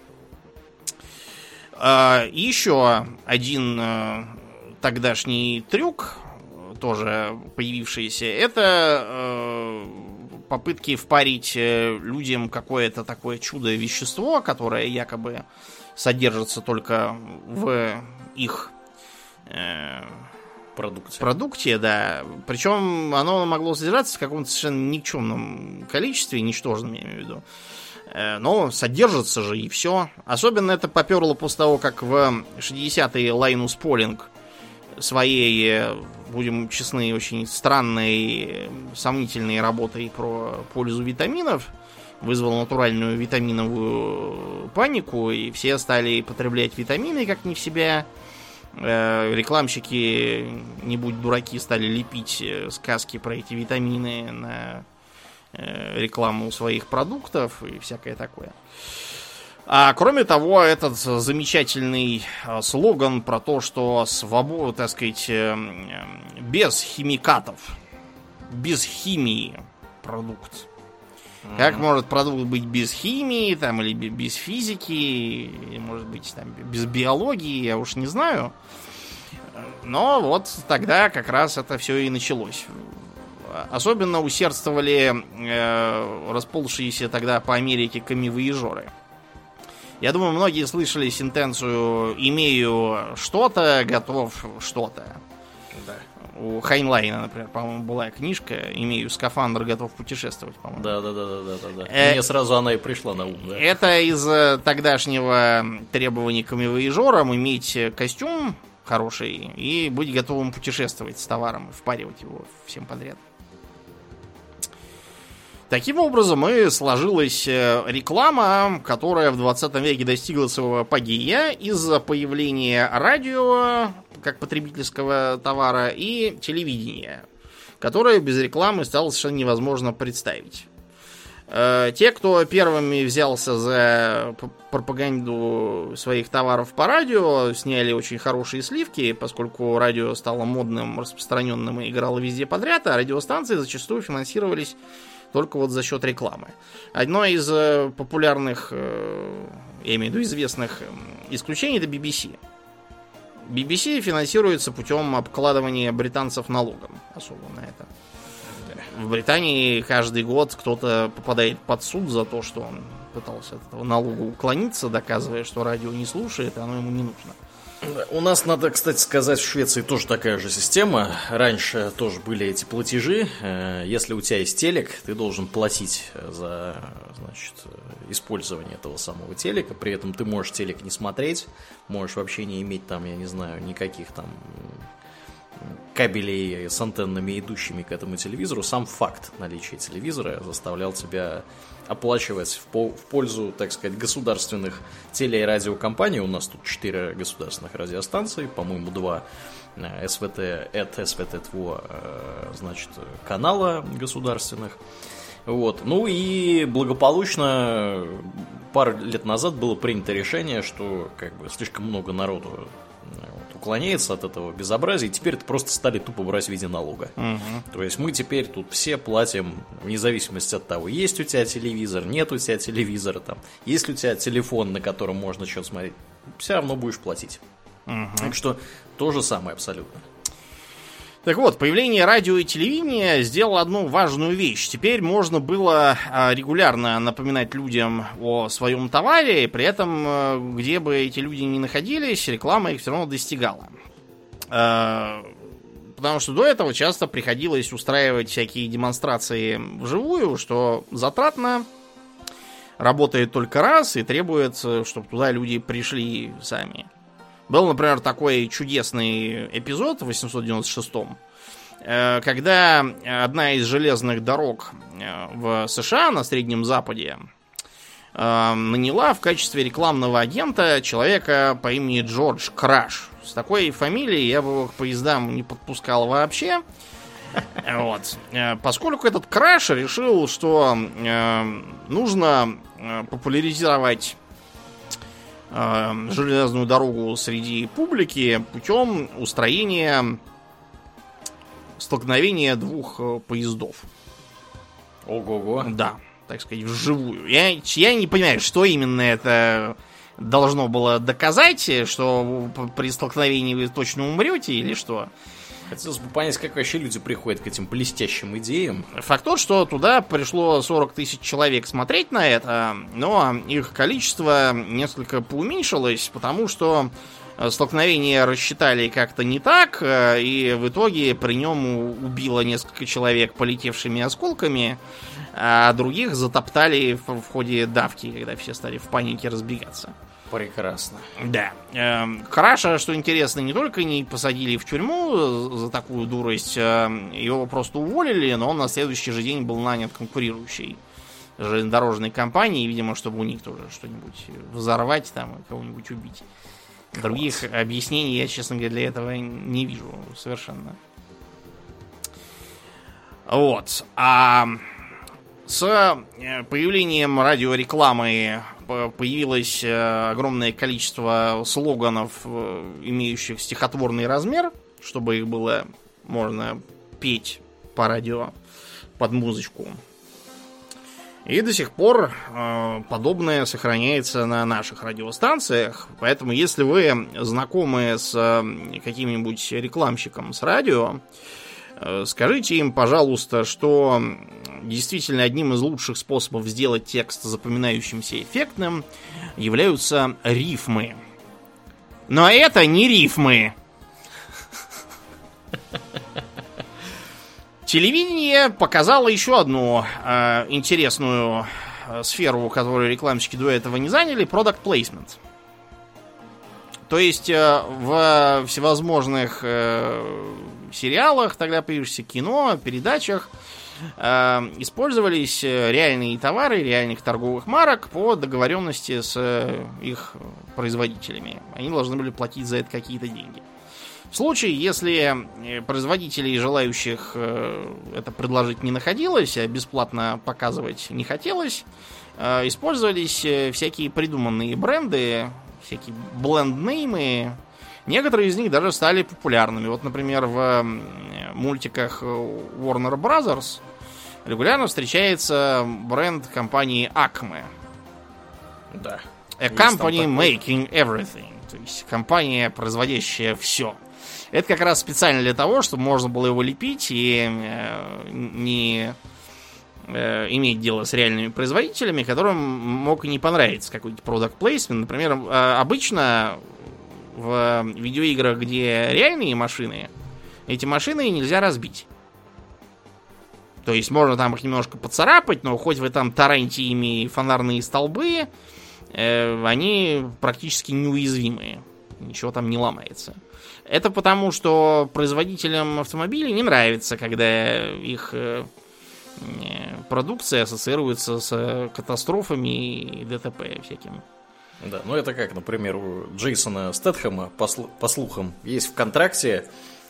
Еще один тогдашний трюк, тоже появившийся, это попытки впарить людям какое-то такое чудо-вещество, которое якобы содержится только в их э, продукте. продукте, да. Причем оно могло содержаться в каком-то совершенно никчемном количестве, ничтожном, я имею в виду. Но содержится же и все. Особенно это поперло после того, как в шестидесятые Лайнус Полинг своей, будем честны, очень странной, сомнительной работой про пользу витаминов вызвал натуральную витаминовую панику, и все стали потреблять витамины как не в себя. Рекламщики, не будь дураки, стали лепить сказки про эти витамины на рекламу своих продуктов и всякое такое. А кроме того, этот замечательный слоган про то, что свобода, так сказать, без химикатов, без химии продукт. Mm-hmm. Как может продукт быть без химии, там, или без физики, или, может быть, там, без биологии, я уж не знаю. Но вот тогда как раз это все и началось. Особенно усердствовали э, расползшиеся тогда по Америке камевояжеры. Я думаю, многие слышали сентенцию «имею что-то, готов что-то». Да. У Хайнлайна, например, по-моему, была книжка «Имею скафандр, готов путешествовать», по-моему. Да, да, да, да, да, да. Э- Мне сразу она и пришла на ум. Да. Это из тогдашнего требования камевояжерам иметь костюм хороший и быть готовым путешествовать с товаром, впаривать его всем подряд. Таким образом и сложилась реклама, которая в двадцатом веке достигла своего апогея из-за появления радио как потребительского товара и телевидения, которое без рекламы стало совершенно невозможно представить. Те, кто первыми взялся за пропаганду своих товаров по радио, сняли очень хорошие сливки, поскольку радио стало модным, распространенным и играло везде подряд, а радиостанции зачастую финансировались только вот за счет рекламы. Одно из э, популярных, э, я имею в виду известных э, исключений, это би би си. би би си финансируется путем обкладывания британцев налогом. Особо на это. В Британии каждый год кто-то попадает под суд за то, что он пытался от этого налога уклониться, доказывая, что радио не слушает, и оно ему не нужно. У нас, надо, кстати сказать, в Швеции тоже такая же система. Раньше тоже были эти платежи. Если у тебя есть телек, ты должен платить за, значит, использование этого самого телека. При этом ты можешь телек не смотреть, можешь вообще не иметь там, я не знаю, никаких там кабелей с антеннами, идущими к этому телевизору. Сам факт наличия телевизора заставлял тебя оплачивать в, по- в пользу, так сказать, государственных теле- и радиокомпаний. У нас тут четыре государственных радиостанции, по-моему, два эс вэ тэ, эт эс вэ тэ два, значит, канала государственных. Вот. Ну и благополучно пару лет назад было принято решение, что как бы слишком много народу вот уклоняется от этого безобразия, и теперь это просто стали тупо брать в виде налога. Угу. То есть мы теперь тут все платим, вне зависимости от того, есть у тебя телевизор, нет у тебя телевизора, там, есть ли у тебя телефон, на котором можно что-то смотреть, все равно будешь платить. Угу. Так что то же самое абсолютно. Так вот, появление радио и телевидения сделало одну важную вещь. Теперь можно было регулярно напоминать людям о своем товаре, и при этом, где бы эти люди ни находились, реклама их все равно достигала. Потому что до этого часто приходилось устраивать всякие демонстрации вживую, что затратно, работает только раз и требует, чтобы туда люди пришли сами. Был, например, такой чудесный эпизод в восемьсот девяносто шестом, когда одна из железных дорог в США на Среднем Западе наняла в качестве рекламного агента человека по имени Джордж Краш. С такой фамилией я бы его к поездам не подпускал вообще. Вот. Поскольку этот Краш решил, что нужно популяризировать железную дорогу среди публики путем устроения столкновения двух поездов. Ого-го. Да, так сказать, вживую. Я, я не понимаю, что именно это должно было доказать, что при столкновении вы точно умрете или что. Хотелось бы понять, как вообще люди приходят к этим блестящим идеям. Факт тот, что туда пришло сорок тысяч человек смотреть на это, но их количество несколько поуменьшилось, потому что столкновение рассчитали как-то не так, и в итоге при нем убило несколько человек полетевшими осколками, а других затоптали в ходе давки, когда все стали в панике разбегаться. Прекрасно. Да. Краша, что интересно, не только не посадили в тюрьму за такую дурость, его просто уволили, но он на следующий же день был нанят конкурирующей железнодорожной компанией, видимо, чтобы у них тоже что-нибудь взорвать там и кого-нибудь убить. Других объяснений я, честно говоря, для этого не вижу совершенно. Вот. А с появлением радиорекламы появилось огромное количество слоганов, имеющих стихотворный размер, чтобы их было можно петь по радио под музычку. И до сих пор э, подобное сохраняется на наших радиостанциях. Поэтому, если вы знакомы с э, каким-нибудь рекламщиком с радио, э, скажите им, пожалуйста, что действительно одним из лучших способов сделать текст запоминающимся и эффектным являются рифмы. Но это не рифмы. Телевидение показало еще одну э, интересную э, сферу, которую рекламщики до этого не заняли, product placement. То есть э, в всевозможных э, сериалах, тогда появившихся кино, передачах, э, использовались реальные товары, реальных торговых марок по договоренности с э, их производителями. Они должны были платить за это какие-то деньги. В случае, если производителей, желающих это предложить, не находилось, а бесплатно показывать не хотелось, использовались всякие придуманные бренды, всякие бленд-неймы. Некоторые из них даже стали популярными. Вот, например, в мультиках Warner Brothers регулярно встречается бренд компании Acme. Да. A company making everything. То есть компания, производящая все. Это как раз специально для того, чтобы можно было его лепить и э, не э, иметь дело с реальными производителями, которым мог и не понравиться какой-то product placement. Например, э, обычно в видеоиграх, где реальные машины, эти машины нельзя разбить. То есть можно там их немножко поцарапать, но хоть вы там тараньте ими фонарные столбы, э, они практически неуязвимые. Ничего там не ломается. Это потому, что производителям автомобилей не нравится, когда их э, продукция ассоциируется с катастрофами и ДТП всяким. Да, ну это как, например, у Джейсона Стэтхэма, по, слу- по слухам, есть в контракте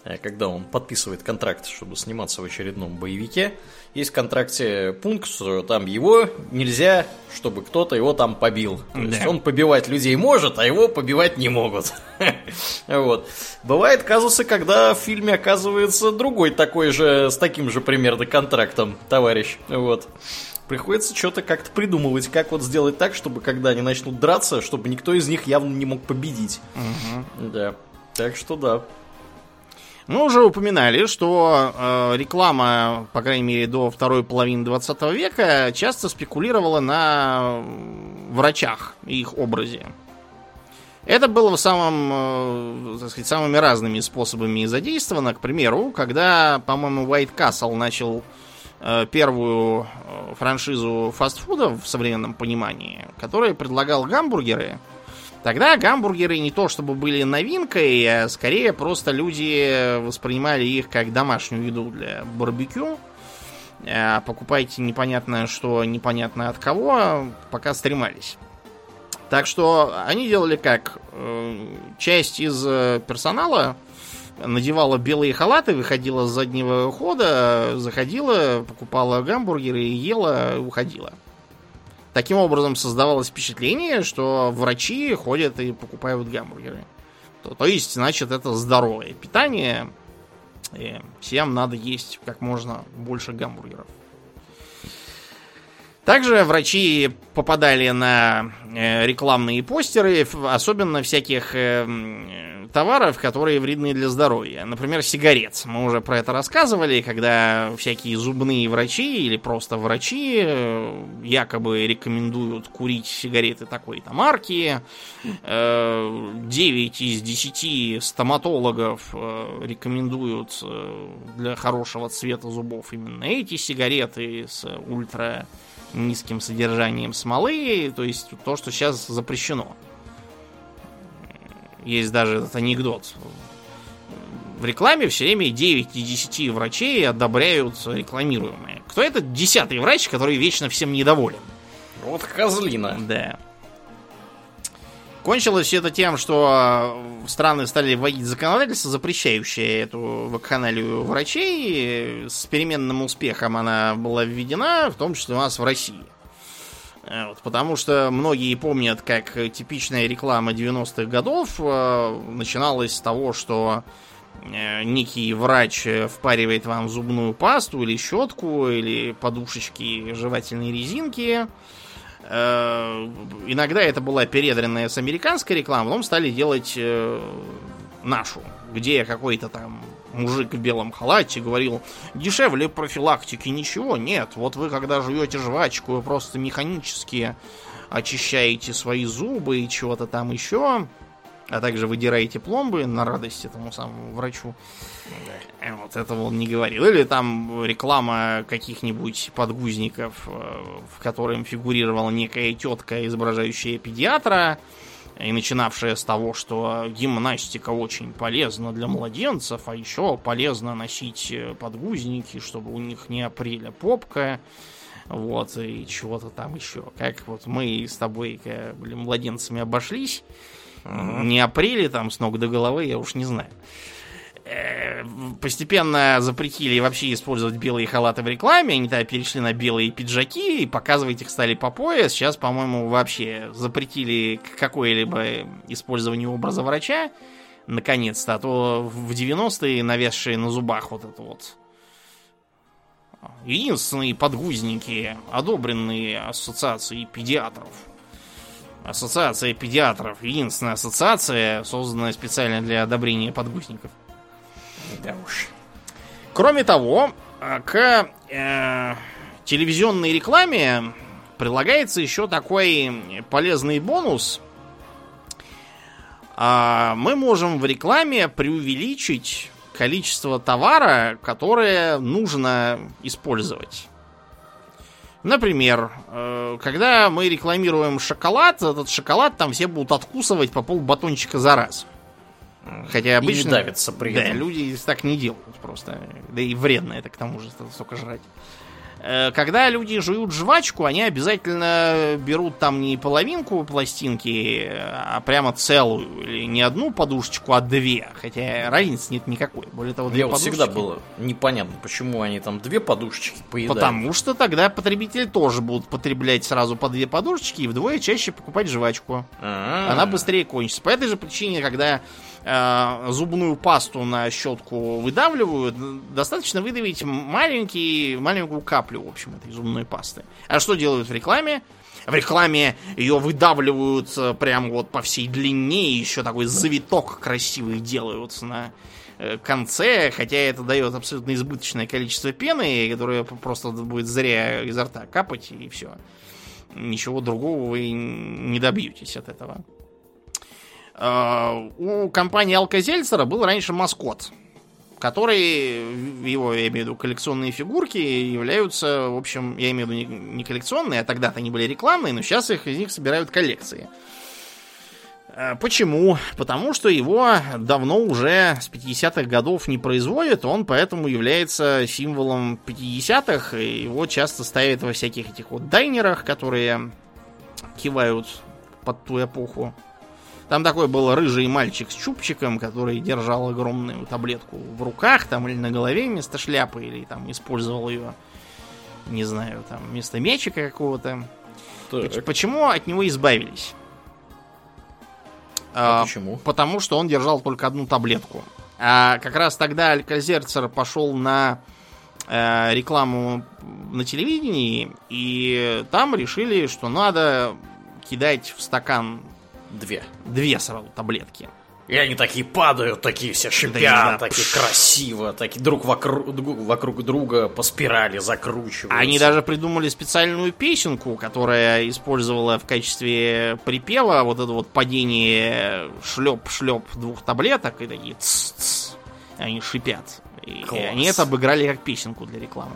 когда он подписывает контракт, чтобы сниматься в очередном боевике, есть в контракте пункт, что там его нельзя, чтобы кто-то его там побил. То есть да. он побивать людей может, а его побивать не могут. Вот. Бывают казусы, когда в фильме оказывается другой такой же, с таким же примерно контрактом товарищ. Вот. Приходится что-то как-то придумывать, как вот сделать так, чтобы когда они начнут драться, чтобы никто из них явно не мог победить. Угу. Да. Так что да. Мы уже упоминали, что э, реклама, по крайней мере, до второй половины двадцатого века часто спекулировала на врачах и их образе. Это было в самом, э, так сказать, самыми разными способами задействовано. К примеру, когда, по-моему, White Castle начал э, первую э, франшизу фастфуда в современном понимании, который предлагал гамбургеры. Тогда гамбургеры не то чтобы были новинкой, а скорее просто люди воспринимали их как домашнюю еду для барбекю. А покупайте непонятно что, непонятно от кого, пока стремались. Так что они делали как? Часть из персонала надевала белые халаты, выходила с заднего хода, заходила, покупала гамбургеры, ела, уходила. Таким образом создавалось впечатление, что врачи ходят и покупают гамбургеры. То, то есть, значит, это здоровое питание. И всем надо есть как можно больше гамбургеров. Также врачи попадали на рекламные постеры, особенно всяких товаров, которые вредны для здоровья. Например, сигарет. Мы уже про это рассказывали, когда всякие зубные врачи или просто врачи якобы рекомендуют курить сигареты такой-то марки. девять из десяти стоматологов рекомендуют для хорошего цвета зубов именно эти сигареты с ультра низким содержанием смолы, то есть то, что сейчас запрещено. Есть даже этот анекдот. В рекламе все время девять из десяти врачей одобряют рекламируемое. Кто этот десятый врач, который вечно всем недоволен? Вот козлина. Да. Кончилось все это тем, что страны стали вводить законодательство, запрещающее эту вакханалию врачей. С переменным успехом она была введена, в том числе у нас в России. Вот, потому что многие помнят, как типичная реклама девяностых годов начиналась с того, что некий врач впаривает вам зубную пасту или щетку, или подушечки жевательной резинки. Иногда это была передренная с американской рекламой, потом стали делать э, нашу, где какой-то там мужик в белом халате говорил: дешевле профилактики ничего нет. Вот вы, когда жуете жвачку, вы просто механически очищаете свои зубы и чего-то там еще, а также выдираете пломбы на радость этому самому врачу. Вот этого он не говорил. Или там реклама каких-нибудь подгузников, в котором фигурировала некая тетка, изображающая педиатра, и начинавшая с того, что гимнастика очень полезна для младенцев, а еще полезно носить подгузники, чтобы у них не опрели попка, вот, и чего-то там еще. Как вот мы с тобой были младенцами обошлись, uh-huh. не опрели там с ног до головы, я уж не знаю. Постепенно запретили вообще использовать белые халаты в рекламе. Они тогда перешли на белые пиджаки и показывать их стали по пояс. Сейчас, по-моему, вообще запретили какое-либо использование образа врача. Наконец-то. А то в девяностые навесшие на зубах вот это вот. Единственные подгузники, одобренные ассоциацией педиатров. Ассоциация педиатров. Единственная ассоциация, созданная специально для одобрения подгузников. Да уж. Кроме того, к э, телевизионной рекламе прилагается еще такой полезный бонус. А мы можем в рекламе преувеличить количество товара, которое нужно использовать. Например, э, когда мы рекламируем шоколад, этот шоколад там все будут откусывать по пол батончика за раз. Хотя обычно... И не давятся при этом. Да, люди так не делают просто. Да и вредно это к тому же, столько жрать. Когда люди жуют жвачку, они обязательно берут там не половинку пластинки, а прямо целую. Или не одну подушечку, а две. Хотя разницы нет никакой. Более того, две Мне вот подушечки... всегда было непонятно, почему они там две подушечки поедают. Потому что тогда потребители тоже будут потреблять сразу по две подушечки и вдвое чаще покупать жвачку. А-а-а. Она быстрее кончится. По этой же причине, когда э, зубную пасту на щетку выдавливают, достаточно выдавить маленький, маленькую каплю, в общем, этой зубной пасты. А что делают в рекламе? В рекламе ее выдавливают прям вот по всей длине, и еще такой завиток красивый делают на конце, хотя это дает абсолютно избыточное количество пены, которое просто будет зря изо рта капать, и все. Ничего другого вы не добьетесь от этого. У компании Alka-Seltzer был раньше маскот, который, его, я имею в виду, коллекционные фигурки являются, в общем, я имею в виду не коллекционные, а тогда-то они были рекламные, но сейчас их, из них собирают коллекции. Почему? Потому что его давно уже с пятидесятых годов не производят, он поэтому является символом пятидесятых, и его часто ставят во всяких этих вот дайнерах, которые кивают под ту эпоху. Там такой был рыжий мальчик с чубчиком, который держал огромную таблетку в руках, там, или на голове вместо шляпы, или там использовал ее, не знаю, там, вместо мячика какого-то. Так. Почему от него избавились? А, а почему? Потому что он держал только одну таблетку. А как раз тогда Alka-Seltzer пошел на э, рекламу на телевидении, и там решили, что надо кидать в стакан Две. Две сразу таблетки. И они такие падают, такие все шипят, да, такие пш. красиво, такие друг вокруг, вокруг друга по спирали закручиваются. Они даже придумали специальную песенку, которая использовала в качестве припева вот это вот падение шлеп-шлеп двух таблеток, и такие ц-ц, они шипят. И, и они это обыграли как песенку для рекламы.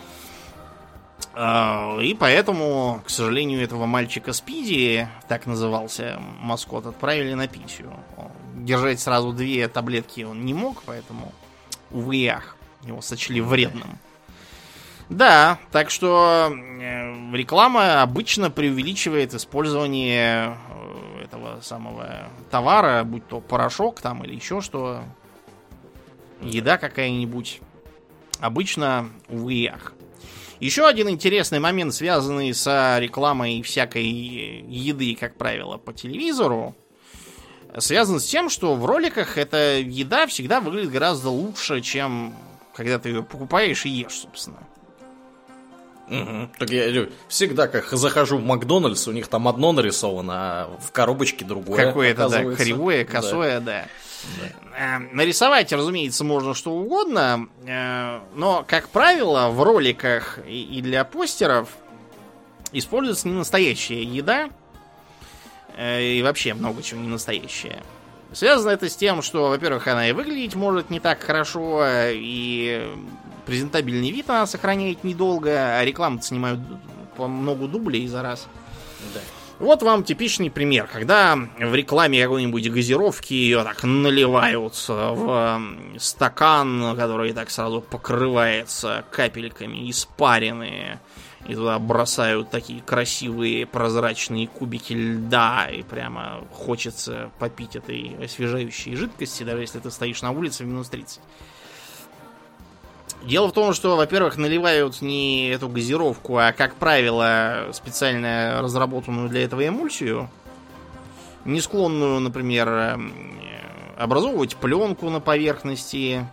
И поэтому, к сожалению, этого мальчика Спиди, так назывался маскот, отправили на пенсию. Держать сразу две таблетки он не мог, поэтому, увы и ах, его сочли вредным. Да, так что реклама обычно преувеличивает использование этого самого товара, будь то порошок там или еще что, еда какая-нибудь. Обычно, увы и ах. Еще один интересный момент, связанный с рекламой всякой еды, как правило, по телевизору, связан с тем, что в роликах эта еда всегда выглядит гораздо лучше, чем когда ты ее покупаешь и ешь, собственно. Угу. Так я всегда, как захожу в Макдональдс, у них там одно нарисовано, а в коробочке другое. Какое-то, да, кривое, косое, да. да. Да. Нарисовать, разумеется, можно что угодно, но, как правило, в роликах и для постеров используется не настоящая еда, и вообще много чего не настоящее. Связано это с тем, что, во-первых, она и выглядеть может не так хорошо, и презентабельный вид она сохраняет недолго, а рекламу снимают по много дублей за раз. Да. Вот вам типичный пример, когда в рекламе какой-нибудь газировки ее так наливают в стакан, который так сразу покрывается капельками, испаренные, и туда бросают такие красивые прозрачные кубики льда, и прямо хочется попить этой освежающей жидкости, даже если ты стоишь на улице в минус тридцать. Дело в том, что, во-первых, наливают не эту газировку, а, как правило, специально разработанную для этого эмульсию, не склонную, например, образовывать пленку на поверхности.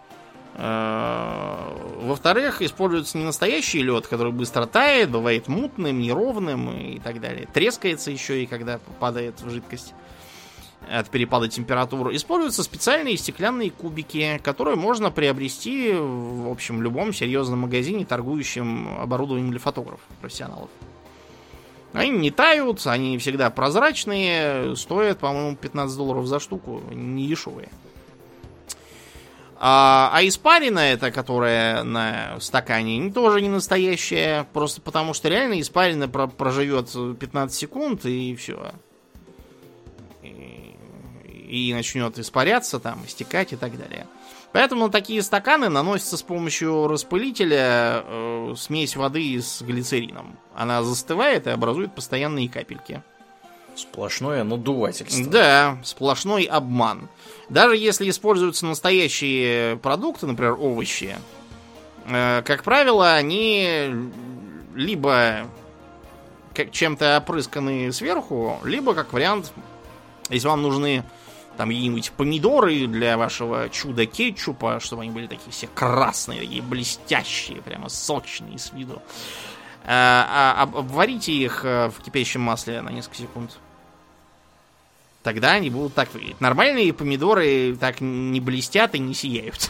Во-вторых, используется не настоящий лед, который быстро тает, бывает мутным, неровным и так далее. Трескается еще и когда падает в жидкость от перепада температуры. Используются специальные стеклянные кубики, которые можно приобрести в общем любом серьезном магазине, торгующем оборудованием для фотографов, профессионалов. Они не тают, они всегда прозрачные, стоят, по-моему, пятнадцать долларов за штуку, не дешевые. А, а испарина эта, которая на стакане, тоже не настоящая, просто потому что реально испарина про- проживет пятнадцать секунд и все. И начнет испаряться, там, истекать и так далее. Поэтому на такие стаканы наносится с помощью распылителя э, смесь воды с глицерином. Она застывает и образует постоянные капельки. Сплошное надувательство. Да, сплошной обман. Даже если используются настоящие продукты, например, овощи, э, как правило, они либо как чем-то опрысканы сверху, либо, как вариант, если вам нужны там какие-нибудь помидоры для вашего чуда-кетчупа, чтобы они были такие все красные, такие блестящие, прямо сочные с виду. А, а, обварите их в кипящем масле на несколько секунд. Тогда они будут так выглядеть. Нормальные помидоры так не блестят и не сияют.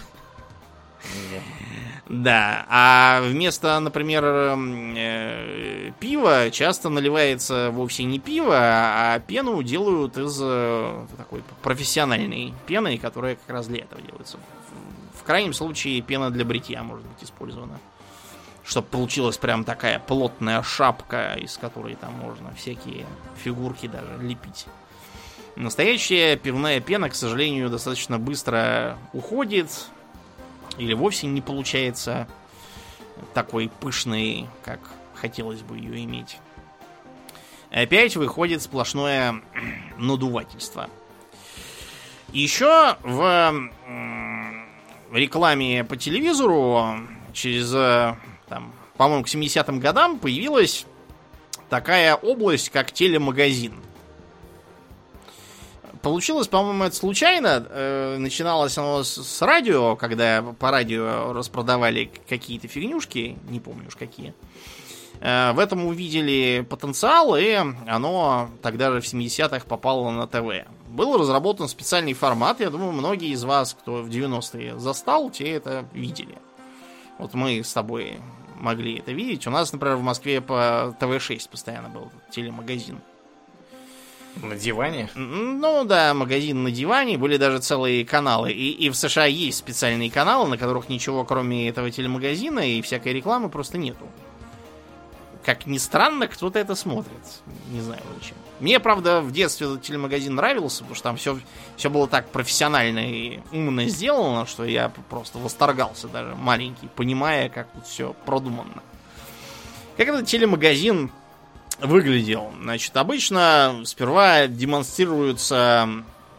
Да, а вместо, например, э, пива часто наливается вовсе не пиво, а пену делают из э, такой профессиональной пены, которая как раз для этого делается. В, в крайнем случае пена для бритья может быть использована. Чтобы получилась прям такая плотная шапка, из которой там можно всякие фигурки даже лепить. Настоящая пивная пена, к сожалению, достаточно быстро уходит. Или вовсе не получается такой пышной, как хотелось бы ее иметь. Опять выходит сплошное надувательство. Еще в рекламе по телевизору через, там, по-моему, к семидесятым годам появилась такая область, как телемагазин. Получилось, по-моему, это случайно. Э, начиналось оно с, с радио, когда по радио распродавали какие-то фигнюшки, не помню уж какие. Э, в этом увидели потенциал, и оно тогда же в семидесятых попало на ТВ. Был разработан специальный формат, я думаю, многие из вас, кто в девяностые застал, те это видели. Вот мы с тобой могли это видеть. У нас, например, в Москве по ТВ шесть постоянно был телемагазин. На диване? Ну да, магазин на диване, были даже целые каналы. И, и в США есть специальные каналы, на которых ничего кроме этого телемагазина и всякой рекламы просто нету. Как ни странно, кто-то это смотрит. Не знаю зачем. Мне, правда, в детстве этот телемагазин нравился, потому что там все, все было так профессионально и умно сделано, что я просто восторгался даже маленький, понимая, как тут все продумано. Как этот телемагазин выглядел? Значит, обычно сперва демонстрируются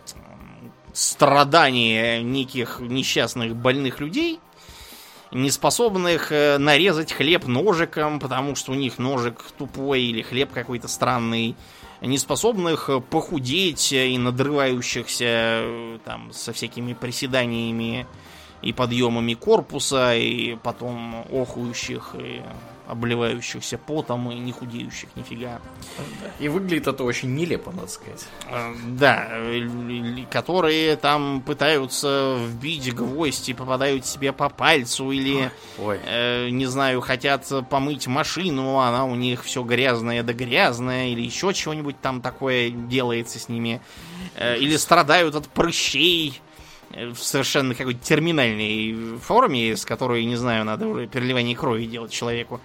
страдания неких несчастных больных людей, не способных нарезать хлеб ножиком, потому что у них ножик тупой или хлеб какой-то странный, не способных похудеть и надрывающихся там со всякими приседаниями и подъемами корпуса, и потом охующих и обливающихся потом и не худеющих нифига. И выглядит это очень нелепо, надо сказать. Да, которые там пытаются вбить гвоздь и попадают себе по пальцу, или, Ой. Э, не знаю, хотят помыть машину, она у них все грязное да грязное, или еще чего-нибудь там такое делается с ними. Э, или страдают от прыщей в совершенно какой-то терминальной форме, с которой, не знаю, надо уже переливание крови делать человеку.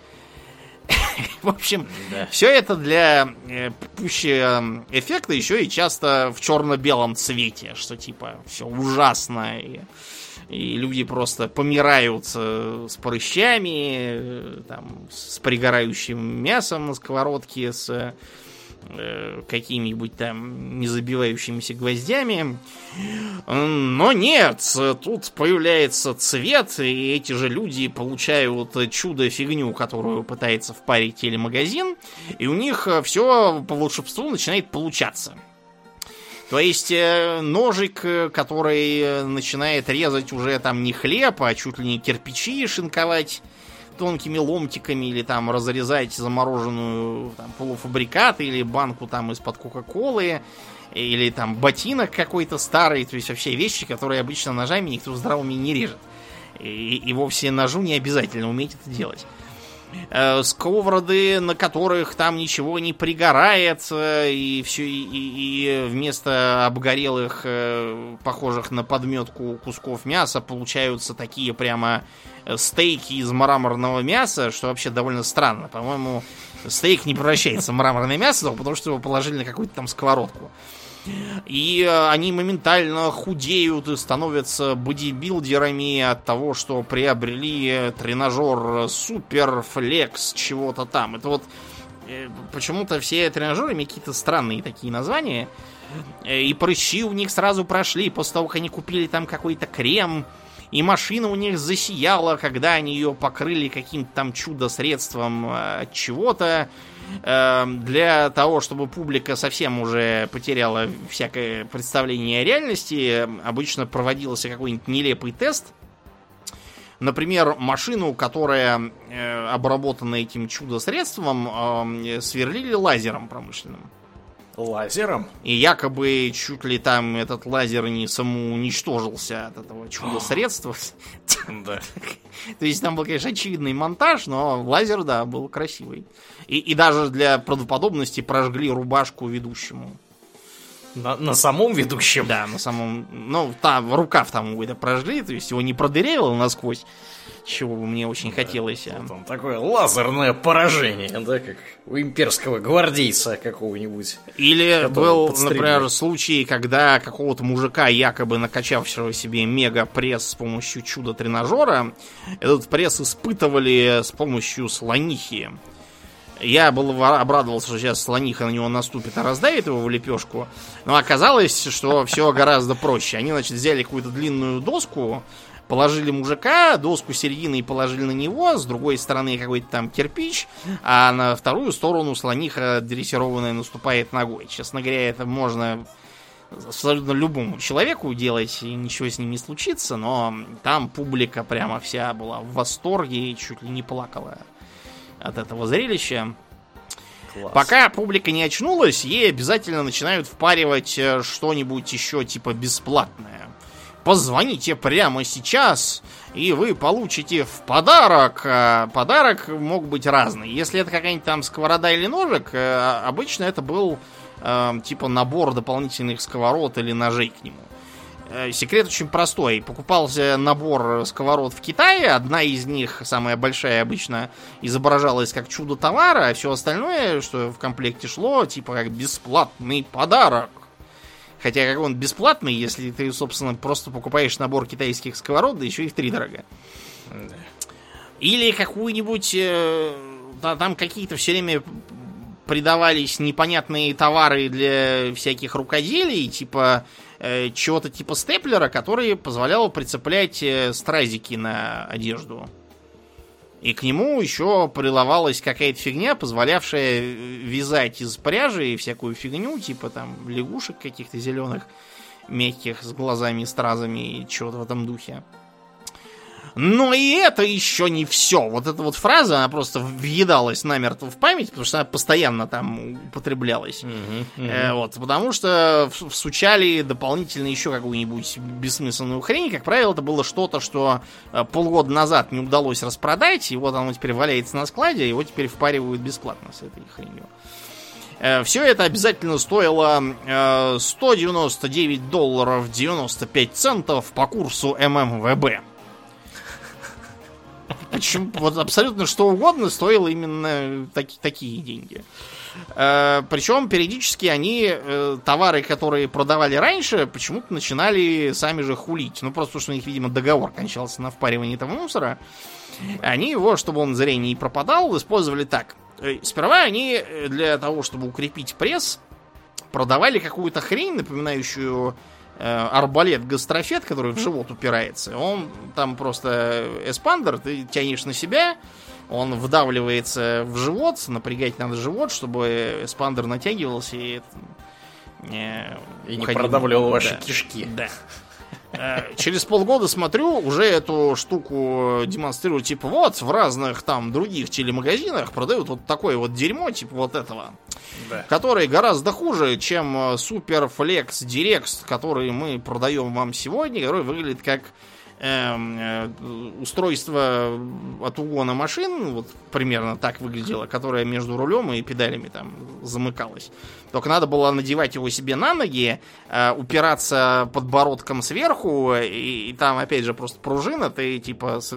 В общем, да. Все это для э, пущего эффекта еще и часто в черно-белом цвете, что типа все ужасно, и, и люди просто помирают э, с прыщами, э, там, с пригорающим мясом на сковородке, с э, какими-нибудь там незабивающимися гвоздями. Но нет, тут появляется цвет, и эти же люди получают чудо-фигню, которую пытается впарить телемагазин, и у них все по волшебству начинает получаться. То есть ножик, который начинает резать уже там не хлеб, а чуть ли не кирпичи шинковать тонкими ломтиками, или там разрезать замороженную там, полуфабрикат, или банку там из-под Кока-Колы, или там ботинок какой-то старый, то есть вообще вещи, которые обычно ножами никто здравыми не режет. И, и вовсе ножу не обязательно уметь это делать. Э, сковороды, на которых там ничего не пригорает, э, и все, и, и вместо обгорелых, э, похожих на подметку кусков мяса, получаются такие прямо стейки из мраморного мяса, что вообще довольно странно. По-моему, стейк не превращается в мраморное мясо, потому что его положили на какую-то там сковородку. И они моментально худеют и становятся бодибилдерами от того, что приобрели тренажер Суперфлекс чего-то там. Это вот почему-то все тренажеры имеют какие-то странные такие названия. И прыщи у них сразу прошли после того, как они купили там какой-то крем. И машина у них засияла, когда они ее покрыли каким-то там чудо-средством от чего-то. Для того, чтобы публика совсем уже потеряла всякое представление о реальности, обычно проводился какой-нибудь нелепый тест. Например, машину, которая обработана этим чудо-средством, сверлили лазером промышленным. Лазером? И якобы чуть ли там этот лазер не самоуничтожился от этого чудо-средства. Да. То есть там был, конечно, очевидный монтаж, но лазер, да, был красивый. И, и даже для правдоподобности прожгли рубашку ведущему. На, на самом ведущем? Да, на самом... Ну, там, рукав там какой-то прожгли, то есть его не продырявило насквозь, чего бы мне очень да, хотелось. Вот он, такое лазерное поражение, да, как у имперского гвардейца какого-нибудь. Или был, например, случай, когда какого-то мужика, якобы накачавшего себе мега-пресс с помощью чудо-тренажера, этот пресс испытывали с помощью слонихи. Я был обрадовался, что сейчас слониха на него наступит и раздавит его в лепешку. Но оказалось, что все гораздо проще. Они, значит, взяли какую-то длинную доску, положили мужика, доску серединой положили на него, с другой стороны какой-то там кирпич, а на вторую сторону слониха дрессированная наступает ногой. Честно говоря, это можно абсолютно любому человеку делать, и ничего с ним не случится, но там публика прямо вся была в восторге и чуть ли не плакала от этого зрелища. Класс. Пока публика не очнулась, ей обязательно начинают впаривать что-нибудь еще типа бесплатное. Позвоните прямо сейчас, и вы получите в подарок. Подарок мог быть разный. Если это какая-нибудь там сковорода или ножик, обычно это был э, типа набор дополнительных сковород или ножей к нему. Секрет очень простой. Покупался набор сковород в Китае. Одна из них, самая большая, обычно изображалась как чудо товара, а все остальное, что в комплекте шло, типа как бесплатный подарок. Хотя как он бесплатный, если ты, собственно, просто покупаешь набор китайских сковород, да еще и втридорога. Или какую-нибудь... Да, там какие-то все время придавались непонятные товары для всяких рукоделий, типа... чего-то типа степлера, который позволял прицеплять стразики на одежду. И к нему еще прилавалась какая-то фигня, позволявшая вязать из пряжи и всякую фигню, типа там лягушек каких-то зеленых, мягких, с глазами, стразами и чего-то в этом духе. Но и это еще не все. Вот эта вот фраза, она просто въедалась намертво в память, потому что она постоянно там употреблялась. Uh-huh, uh-huh. Э, вот, потому что всучали дополнительно еще какую-нибудь бессмысленную хрень. Как правило, это было что-то, что полгода назад не удалось распродать, и вот оно теперь валяется на складе, его теперь впаривают бесплатно с этой хренью. Э, все это обязательно стоило э, сто девяносто девять долларов девяносто пять центов по курсу эм эм вэ бэ. Причем вот абсолютно что угодно стоило именно таки, такие деньги. Э, причем периодически они э, товары, которые продавали раньше, почему-то начинали сами же хулить. Ну просто потому что у них, видимо, договор кончался на впаривании этого мусора. Они его, чтобы он зря не пропадал, использовали так. Сперва они для того, чтобы укрепить пресс, продавали какую-то хрень, напоминающую арбалет-гастрофет, который в живот упирается. Он там просто эспандер, ты тянешь на себя, он вдавливается в живот, напрягать надо живот, чтобы эспандер натягивался и, не, и не продавливал ваши да, кишки. Да. Через полгода смотрю, уже эту штуку демонстрируют, типа, вот, в разных там других телемагазинах продают вот такое вот дерьмо, типа вот этого, да, который гораздо хуже, чем Superflex Direct, который мы продаем вам сегодня, который выглядит как э, устройство от угона машин, вот примерно так выглядело, которое между рулем и педалями там замыкалось. Только надо было надевать его себе на ноги, э, упираться подбородком сверху, и, и там, опять же, просто пружина, ты, типа, с,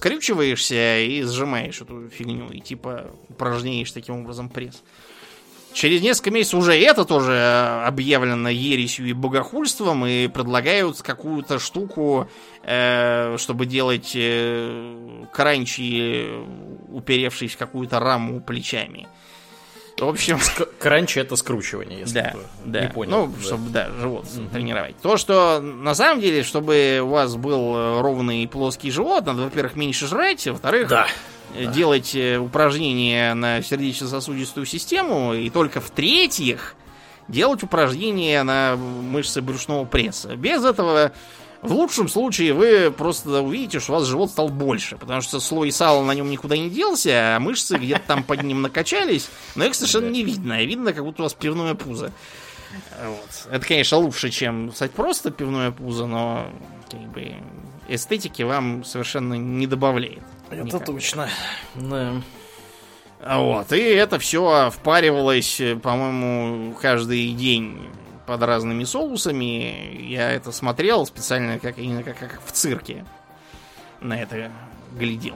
скрючиваешься и сжимаешь эту фигню, и, типа, упражняешь таким образом пресс. Через несколько месяцев уже это тоже объявлено ересью и богохульством, и предлагают какую-то штуку, э, чтобы делать э, кранчи, уперевшись в какую-то раму плечами. В общем... Кранчи — это скручивание, если да, кто да. не понял. Ну, да. чтобы, да, живот mm-hmm. тренировать. То, что на самом деле, чтобы у вас был ровный плоский живот, надо, во-первых, меньше жрать, а во-вторых... Да. делать упражнения на сердечно-сосудистую систему, и только в-третьих, делать упражнения на мышцы брюшного пресса. Без этого, в лучшем случае, вы просто увидите, что у вас живот стал больше, потому что слой сала на нем никуда не делся, а мышцы где-то там под ним накачались, но их совершенно не видно, а видно, как будто у вас пивное пузо. Вот. Это, конечно, лучше, чем стать просто пивное пузо, но как бы эстетики вам совершенно не добавляет. Это никак. точно. Да. Вот. И это все впаривалось, по-моему, каждый день под разными соусами. Я это смотрел специально, как, как, как в цирке. На это глядел.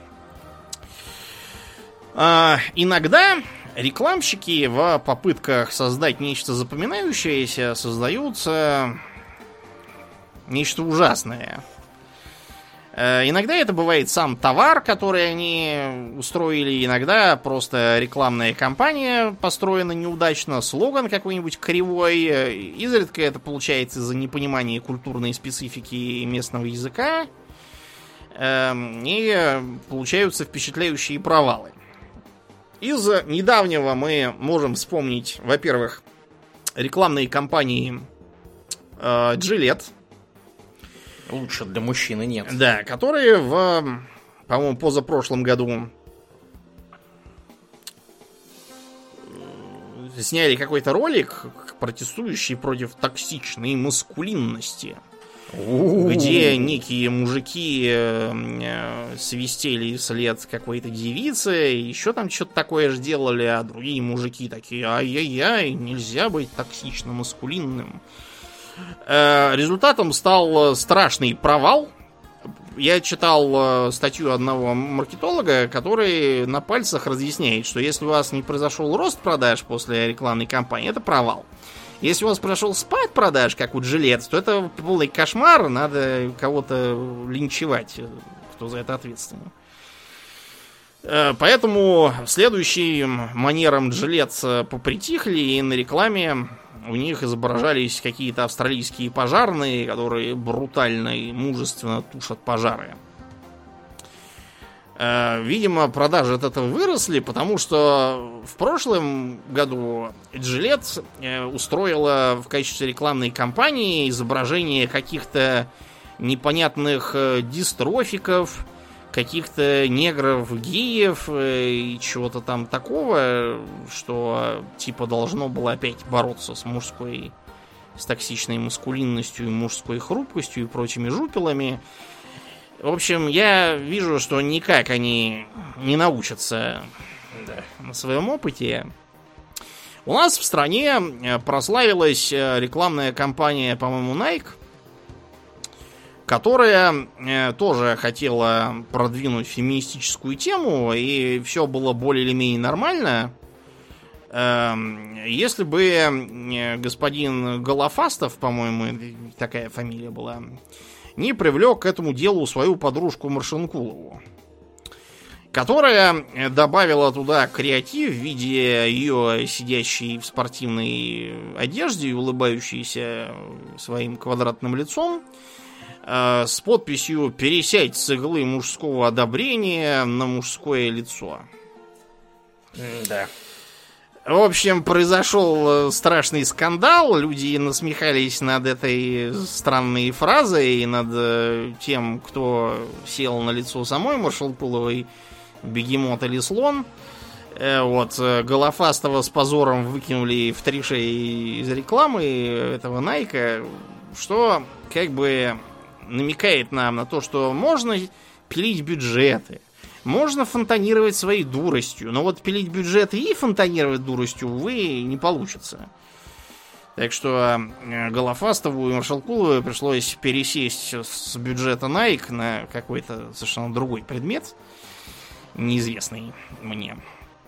А, иногда рекламщики в попытках создать нечто запоминающееся создают нечто ужасное. Иногда это бывает сам товар, который они устроили, иногда просто рекламная кампания построена неудачно, слоган какой-нибудь кривой. Изредка это получается из-за непонимания культурной специфики местного языка. И получаются впечатляющие провалы. Из недавнего мы можем вспомнить, во-первых, рекламные кампании Gillette. Лучше для мужчины нет. Да, которые в, по-моему, позапрошлом году сняли какой-то ролик, протестующий против токсичной маскулинности. У-у-у. Где некие мужики э, свистели вслед какой-то девице, еще там что-то такое же делали, а другие мужики такие: ай-яй-яй, нельзя быть токсично маскулинным. Результатом стал страшный провал. Я читал статью одного маркетолога, который на пальцах разъясняет, что если у вас не произошел рост продаж после рекламной кампании, это провал. Если у вас произошел спад продаж, как у Gillette, то это полный кошмар, надо кого-то линчевать, кто за это ответственен. Поэтому следующим манерам Gillette попритихли, и на рекламе у них изображались какие-то австралийские пожарные, которые брутально и мужественно тушат пожары. Видимо, продажи от этого выросли, потому что в прошлом году Gillette устроила в качестве рекламной кампании изображение каких-то непонятных дистрофиков, каких-то негров, геев и чего-то там такого, что типа должно было опять бороться с мужской, с токсичной маскулинностью и мужской хрупкостью и прочими жупелами. В общем, я вижу, что никак они не научатся да, на своем опыте. У нас в стране прославилась рекламная кампания, по-моему, Nike, которая э, тоже хотела продвинуть феминистическую тему, и все было более или менее нормально, э, если бы э, господин Голофастов, по-моему, такая фамилия была, не привлек к этому делу свою подружку Маршинкулову, которая добавила туда креатив в виде ее сидящей в спортивной одежде и улыбающейся своим квадратным лицом, с подписью «Пересядь с иглы мужского одобрения на мужское лицо». Да. В общем, произошел страшный скандал. Люди насмехались над этой странной фразой и над тем, кто сел на лицо самой Маршалкуловой, бегемот или слон. Вот, Голофастова с позором выкинули в три шеи из рекламы этого Найка, что как бы намекает нам на то, что можно пилить бюджеты, можно фонтанировать своей дуростью, но вот пилить бюджеты и фонтанировать дуростью, увы, не получится. Так что Голофастову и Маршалкулову пришлось пересесть с бюджета Nike на какой-то совершенно другой предмет, неизвестный мне.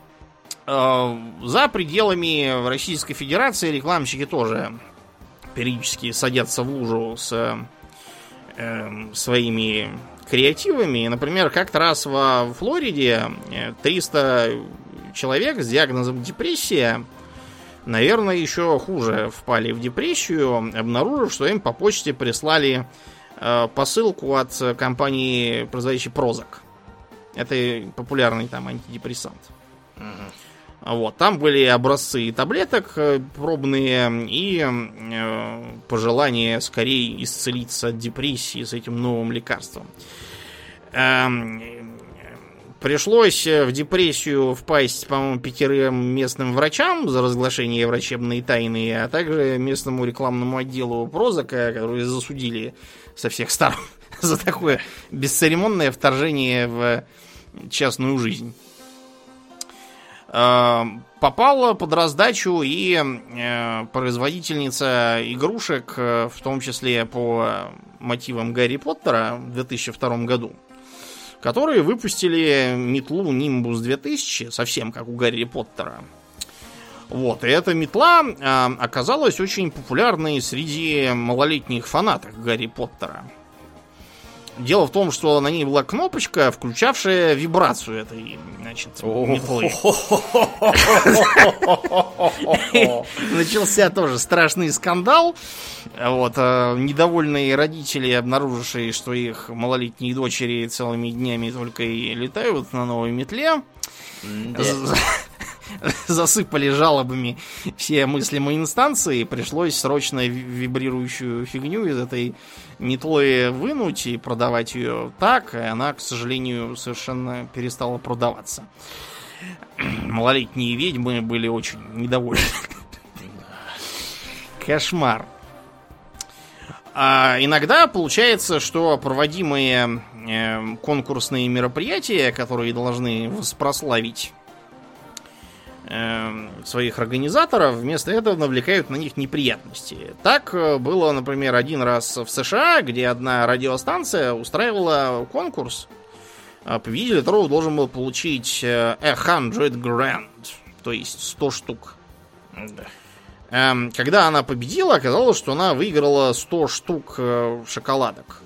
За пределами Российской Федерации рекламщики тоже периодически садятся в лужу с э, своими креативами. Например, как-то раз во Флориде триста человек с диагнозом депрессия, наверное, еще хуже впали в депрессию, обнаружив, что им по почте прислали э, посылку от компании, производящей Прозак. Это популярный там антидепрессант. Uh-huh. Вот, там были образцы таблеток пробные и э, пожелание скорее исцелиться от депрессии с этим новым лекарством. Э, пришлось в депрессию впасть, по-моему, пятерым местным врачам за разглашение врачебной тайны, а также местному рекламному отделу Прозака, которые засудили со всех сторон за такое бесцеремонное вторжение в частную жизнь. Попала под раздачу и производительница игрушек, в том числе по мотивам Гарри Поттера в две тысячи втором году, которые выпустили метлу Nimbus две тысячи, совсем как у Гарри Поттера. Вот, и эта метла оказалась очень популярной среди малолетних фанатов Гарри Поттера. Дело в том, что на ней была кнопочка, включавшая вибрацию этой, значит, метлы. Начался тоже страшный скандал. Вот, недовольные родители, обнаружившие, что их малолетние дочери целыми днями только и летают на новой метле, засыпали жалобами все мыслимые инстанции. Пришлось срочно вибрирующую фигню из этой метлы вынуть и продавать ее так. И она, к сожалению, совершенно перестала продаваться. Малолетние ведьмы были очень недовольны. Кошмар. А иногда получается, что проводимые э, конкурсные мероприятия, которые должны воспрославить своих организаторов, вместо этого навлекают на них неприятности. Так было, например, один раз в США, где одна радиостанция устраивала конкурс, победитель которого должен был получить a hundred grand, то есть сто штук. Когда она победила, оказалось, что она выиграла сто штук шоколадок.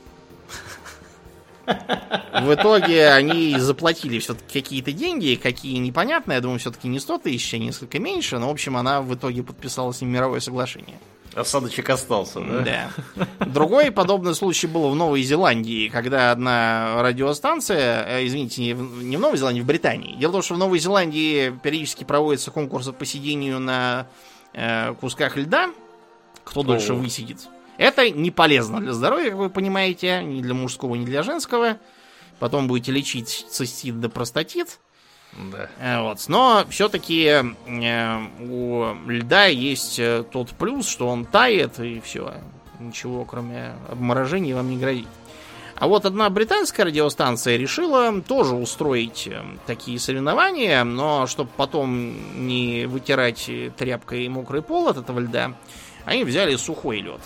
В итоге они заплатили все-таки какие-то деньги, какие непонятные. Я думаю, все-таки не сто тысяч, а несколько меньше. Но, в общем, она в итоге подписала с ним мировое соглашение. Осадочек остался, да? Да. Другой подобный случай был в Новой Зеландии, когда одна радиостанция, извините, не в Новой Зеландии, в Британии. Дело в том, что в Новой Зеландии периодически проводятся конкурсы по сидению на э, кусках льда. Кто дольше высидит. Это не полезно для здоровья, как вы понимаете, ни для мужского, ни для женского. Потом будете лечить цистит да простатит. Да. Вот. Но все-таки э, у льда есть тот плюс, что он тает, и все. Ничего, кроме обморожения, вам не грозит. А вот одна британская радиостанция решила тоже устроить такие соревнования, но чтобы потом не вытирать тряпкой мокрый пол от этого льда, они взяли сухой лед.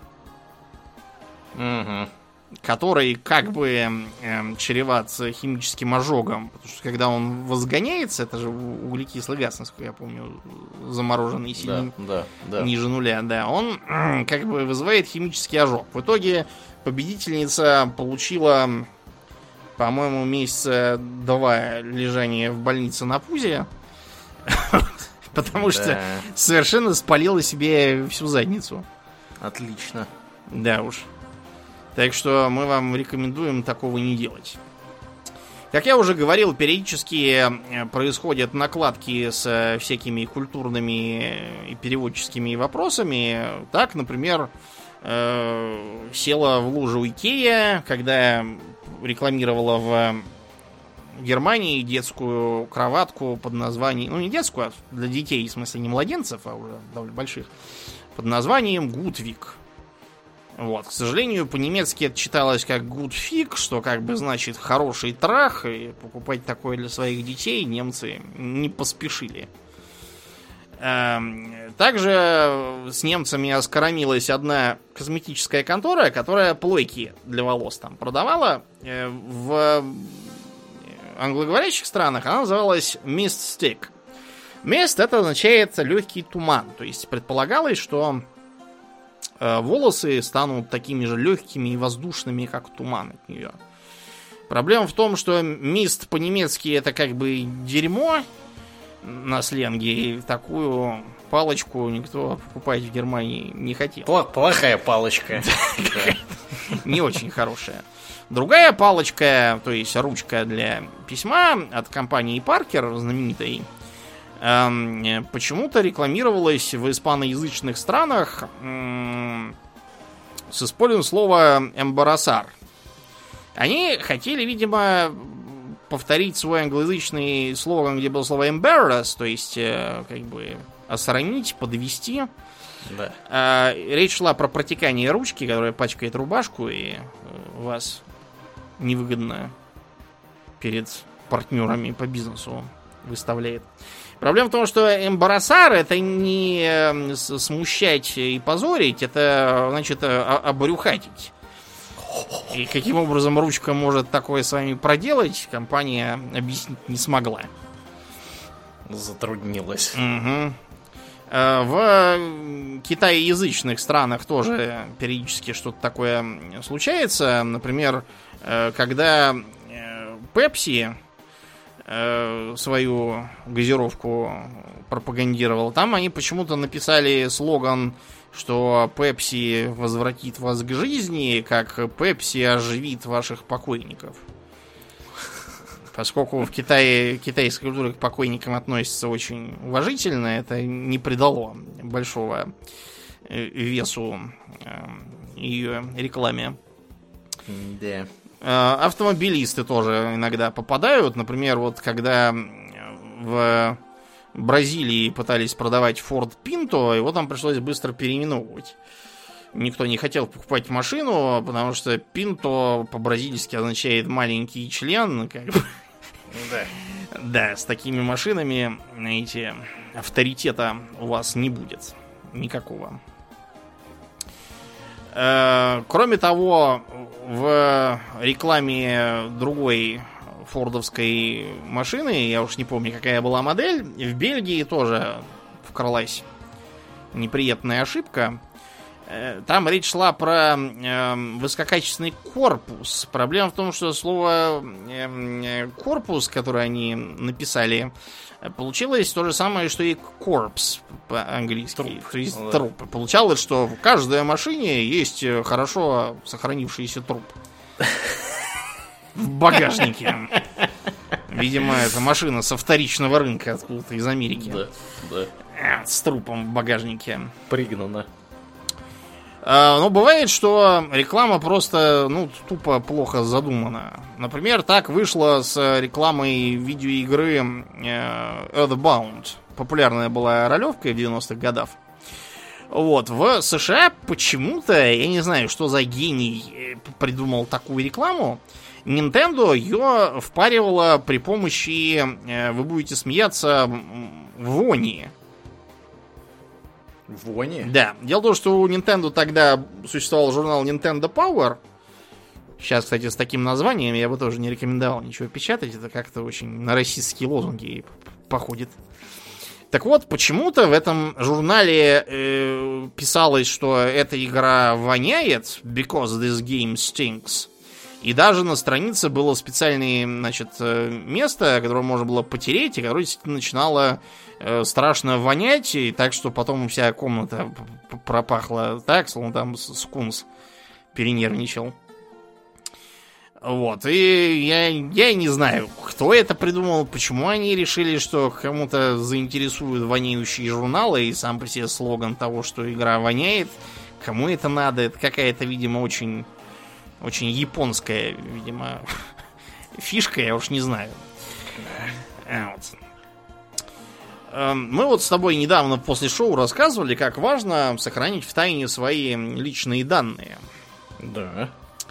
Угу. Который как бы э, чреват химическим ожогом. Потому что когда он возгоняется, это же углекислый газ, насколько я помню, замороженный сильно да, да, да. ниже нуля, да, он э, как бы вызывает химический ожог. В итоге победительница получила, по-моему, месяца два лежания в больнице на пузе. Потому что совершенно спалила себе всю задницу. Отлично. Да уж. Так что мы вам рекомендуем такого не делать. Как я уже говорил, периодически происходят накладки с всякими культурными и переводческими вопросами. Так, например, села в лужу Икея, когда рекламировала в Германии детскую кроватку под названием... Ну, не детскую, а для детей, в смысле, не младенцев, а уже довольно больших. Под названием Гудвик. Вот, к сожалению, по-немецки это читалось как good fig, что как бы значит хороший трах, и покупать такое для своих детей немцы не поспешили. Также с немцами оскоромилась одна косметическая контора, которая плойки для волос там продавала. В англоговорящих странах она называлась Mist Stick. Мест это означает легкий туман. То есть предполагалось, что э, волосы станут такими же легкими и воздушными, как туман от нее. Проблема в том, что мист по-немецки это как бы дерьмо на сленге, и такую палочку никто покупать в Германии не хотел. Плохая палочка. Не очень хорошая. Другая палочка, то есть ручка для письма от компании Parker, знаменитой, эм, почему-то рекламировалась в испаноязычных странах эм, с использованием слова «эмбарасар». Они хотели, видимо, повторить свой англоязычный слоган, где было слово «embarrass», то есть, э, как бы, осрамить, подвести. Да. А, речь шла про протекание ручки, которая пачкает рубашку и вас невыгодно перед партнерами по бизнесу выставляет. Проблема в том, что эмбарасар это не смущать и позорить, это значит обрюхатить. И каким образом ручка может такое с вами проделать, компания объяснить не смогла. Затруднилась. Угу. В китаеязычных странах тоже периодически что-то такое случается. Например, когда Пепси свою газировку пропагандировал, там они почему-то написали слоган, что Пепси возвратит вас к жизни, как Пепси оживит ваших покойников. Поскольку в Китае китайская культура к покойникам относится очень уважительно, это не придало большого весу ее рекламе. Да. Автомобилисты тоже иногда попадают. Например, вот когда в Бразилии пытались продавать Ford Pinto, его там пришлось быстро переименовывать. Никто не хотел покупать машину, потому что Pinto по-бразильски означает маленький член, как бы. Да. Да, с такими машинами, знаете, авторитета у вас не будет никакого. Кроме того, в рекламе другой фордовской машины, я уж не помню, какая была модель, в Бельгии тоже вкралась неприятная ошибка. Там речь шла про э, высококачественный корпус. Проблема в том, что слово э, корпус, которое они написали, получилось то же самое, что и corpse по-английски. Труп. То есть Ну, труп. Да. Получалось, что в каждой машине есть хорошо сохранившийся труп. В багажнике. Видимо, это машина со вторичного рынка откуда-то из Америки. Да, да. С трупом в багажнике. Пригнано. Но бывает, что реклама просто, ну, тупо плохо задумана. Например, так вышло с рекламой видеоигры Earthbound. Популярная была ролевка в девяностых годах. Вот, в США почему-то, я не знаю, что за гений придумал такую рекламу, Nintendo ее впаривала при помощи, вы будете смеяться, вони. Вони? Да. Дело в том, что у Nintendo тогда существовал журнал Nintendo Power. Сейчас, кстати, с таким названием я бы тоже не рекомендовал ничего печатать. Это как-то очень на российские лозунги походит. Так вот, почему-то в этом журнале э, писалось, что эта игра воняет, because this game stinks. И даже на странице было специальное, значит, место, которое можно было потереть, и которое действительно начинало э, страшно вонять, и так что потом вся комната пропахла так, словно там скунс перенервничал. Вот, и я, я не знаю, кто это придумал, почему они решили, что кому-то заинтересуют воняющие журналы, и сам по себе слоган того, что игра воняет, кому это надо, это какая-то, видимо, очень... Очень японская, видимо, фишка, я уж не знаю. Вот. Мы вот с тобой недавно после шоу рассказывали, как важно сохранить в тайне свои личные данные. Да.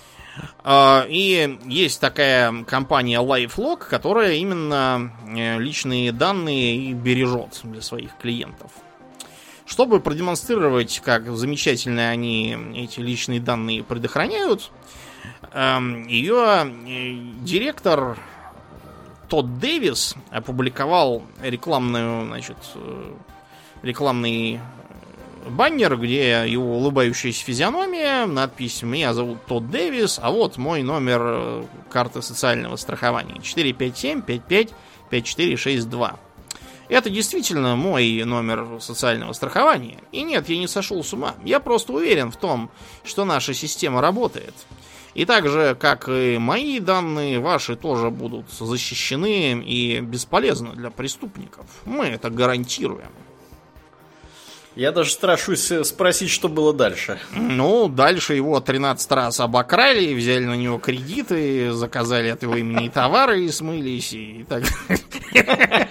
И есть такая компания LifeLock, которая именно личные данные и бережет для своих клиентов. Чтобы продемонстрировать, как замечательно они эти личные данные предохраняют, ее директор Тодд Дэвис опубликовал рекламную, значит, рекламный баннер, где его улыбающаяся физиономия, надпись «Меня зовут Тодд Дэвис, а вот мой номер карты социального страхования четыре пять семь пять пять пять четыре шесть два». Это действительно мой номер социального страхования. И нет, я не сошел с ума. Я просто уверен в том, что наша система работает. И так же, как и мои данные, ваши тоже будут защищены и бесполезны для преступников. Мы это гарантируем. Я даже страшусь спросить, что было дальше. Ну, дальше его тринадцать раз обокрали, взяли на него кредиты, заказали от его имени товары и смылись, и так далее.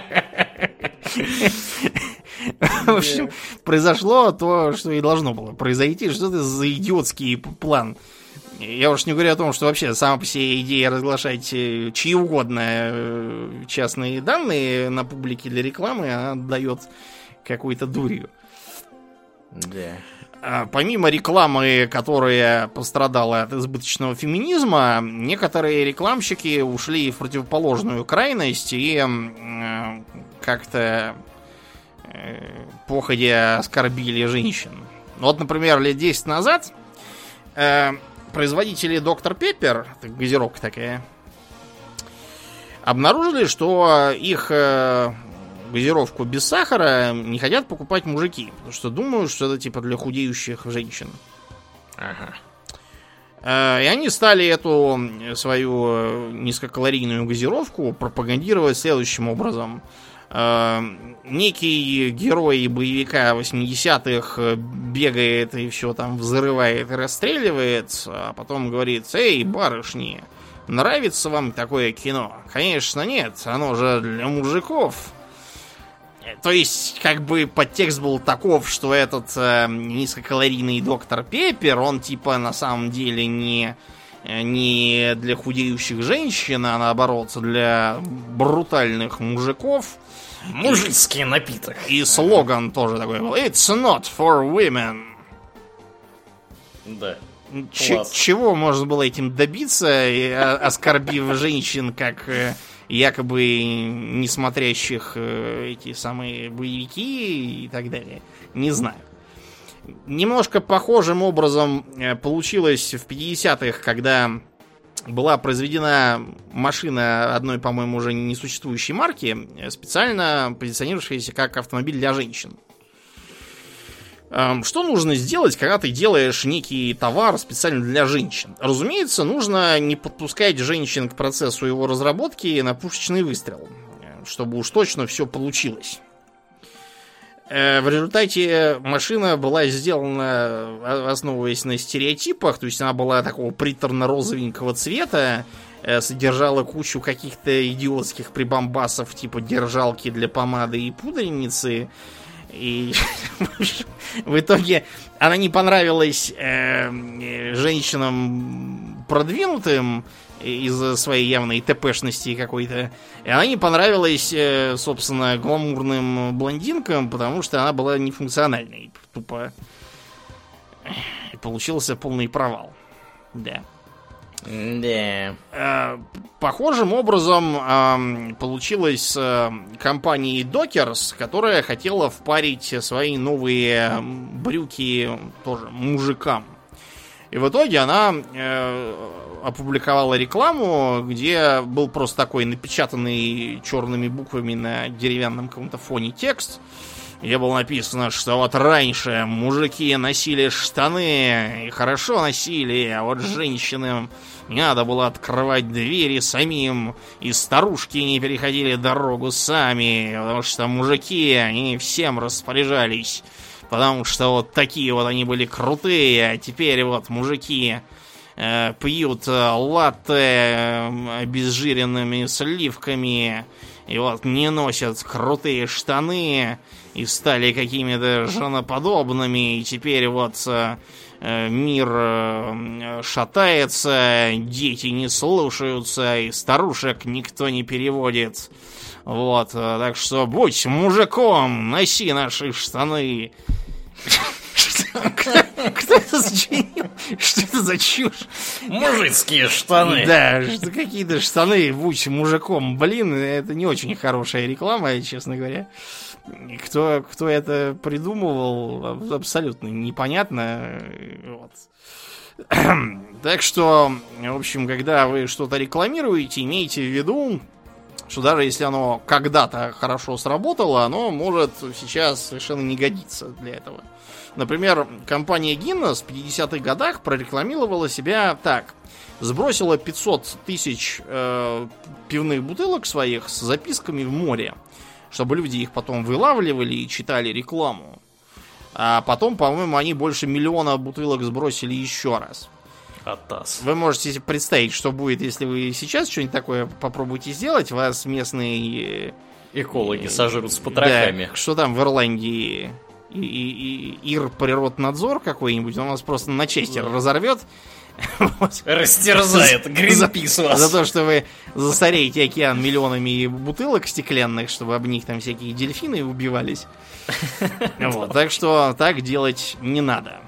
В общем, произошло то, что и должно было произойти. Что это за идиотский план? Я уж не говорю о том, что вообще сама по себе идея разглашать чьи угодно частные данные на публике для рекламы, она дает какой-то дурью. Да. Помимо рекламы, которая пострадала от избыточного феминизма, некоторые рекламщики ушли в противоположную крайность и э, как-то э, походя оскорбили женщин. Вот, например, лет десять назад э, производители доктор Пеппер, газировка такая, обнаружили, что их э, газировку без сахара не хотят покупать мужики, потому что думают, что это типа для худеющих женщин. Ага. И они стали эту свою низкокалорийную газировку пропагандировать следующим образом. Некий герой боевика восьмидесятых бегает и все там взрывает и расстреливает, а потом говорит: «Эй, барышни, нравится вам такое кино?» «Конечно нет, оно же для мужиков». То есть, как бы подтекст был таков, что этот э, низкокалорийный доктор Пеппер, он типа на самом деле не, не для худеющих женщин, а наоборот для брутальных мужиков. Мужицкий напиток. И слоган тоже такой был: «It's not for women». Да. Ч- чего можно было этим добиться, оскорбив женщин как... якобы не смотрящих эти самые боевики и так далее. Не знаю. Немножко похожим образом получилось в пятидесятых, когда была произведена машина одной, по-моему, уже несуществующей марки, специально позиционировавшаяся как автомобиль для женщин. Что нужно сделать, когда ты делаешь некий товар специально для женщин? Разумеется, нужно не подпускать женщин к процессу его разработки на пушечный выстрел, чтобы уж точно все получилось. В результате машина была сделана, основываясь на стереотипах, то есть она была такого приторно-розовенького цвета, содержала кучу каких-то идиотских прибамбасов, типа держалки для помады и пудреницы. И в итоге она не понравилась э, женщинам продвинутым из-за своей явной ТПшности какой-то. И она не понравилась, э, собственно, гламурным блондинкам, потому что она была нефункциональной. Тупо. И получился полный провал. Да. Да. Похожим образом получилось с компанией Dockers, которая хотела впарить свои новые брюки тоже мужикам. И в итоге она опубликовала рекламу, где был просто такой напечатанный черными буквами на деревянном каком-то фоне текст, где было написано, что вот раньше мужики носили штаны и хорошо носили, а вот женщинам не надо было открывать двери самим, и старушки не переходили дорогу сами, потому что мужики, они всем распоряжались, потому что вот такие вот они были крутые, а теперь вот мужики э, пьют латте э, обезжиренными сливками, и вот не носят крутые штаны, и стали какими-то женоподобными, и теперь вот э, мир э, шатается, дети не слушаются, и старушек никто не переводит. Вот, э, так что будь мужиком, носи наши штаны. Кто это сочинил? Что это за чушь? Мужицкие штаны. Да, что какие-то штаны, будь мужиком. Блин, это не очень хорошая реклама, честно говоря. Кто, кто это придумывал, абсолютно непонятно. Вот. Так что, в общем, когда вы что-то рекламируете, имейте в виду, что даже если оно когда-то хорошо сработало, оно может сейчас совершенно не годиться для этого. Например, компания Guinness в пятидесятых годах прорекламировала себя так. Сбросила пятьсот тысяч э, пивных бутылок своих с записками в море, чтобы люди их потом вылавливали и читали рекламу. А потом, по-моему, они больше миллиона бутылок сбросили еще раз. Атас. Вы можете себе представить, что будет, если вы сейчас что-нибудь такое попробуете сделать. Вас местные... Экологи сожрут с потрохами. Да, что там в Ирландии? И, и, и, Ирприроднадзор какой-нибудь, он вас просто на части да. разорвет. Растерзает Гринпис вас. За то, что вы засоряете океан миллионами бутылок стеклянных, чтобы об них там всякие дельфины убивались. Вот, так что так делать не надо.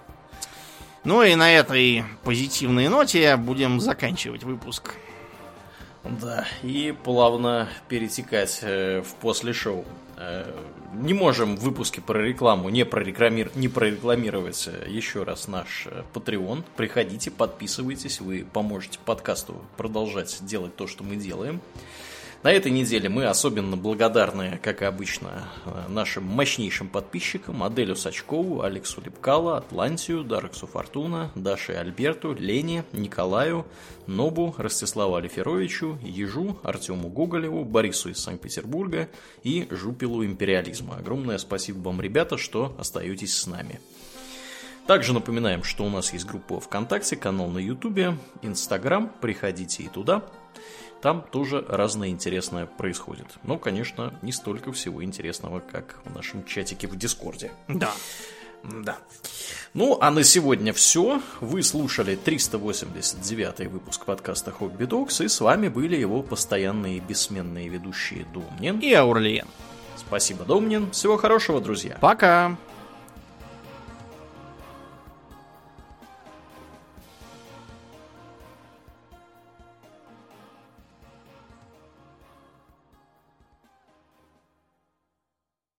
Ну и на этой позитивной ноте будем заканчивать выпуск. Да, и плавно перетекать э, в после шоу. Э, не можем в выпуске про рекламу не, прорекламир... не прорекламировать еще раз наш Patreon. Приходите, подписывайтесь, вы поможете подкасту продолжать делать то, что мы делаем. На этой неделе мы особенно благодарны, как и обычно, нашим мощнейшим подписчикам: Аделю Сачкову, Алексу Лепкало, Атлантию, Дарксу Фортуна, Даше Альберту, Лене, Николаю, Нобу, Ростиславу Алиферовичу, Ежу, Артему Гоголеву, Борису из Санкт-Петербурга и Жупилу Империализма. Огромное спасибо вам, ребята, что остаетесь с нами. Также напоминаем, что у нас есть группа ВКонтакте, канал на Ютубе, Инстаграм. Приходите и туда. Там тоже разное интересное происходит. Но, конечно, не столько всего интересного, как в нашем чатике в Дискорде. Да. Да. Ну, а на сегодня все. Вы слушали триста восемьдесят девятый выпуск подкаста Хобби Догс, и с вами были его постоянные и бессменные ведущие Домнин и Аурлиен. Спасибо, Домнин. Всего хорошего, друзья. Пока.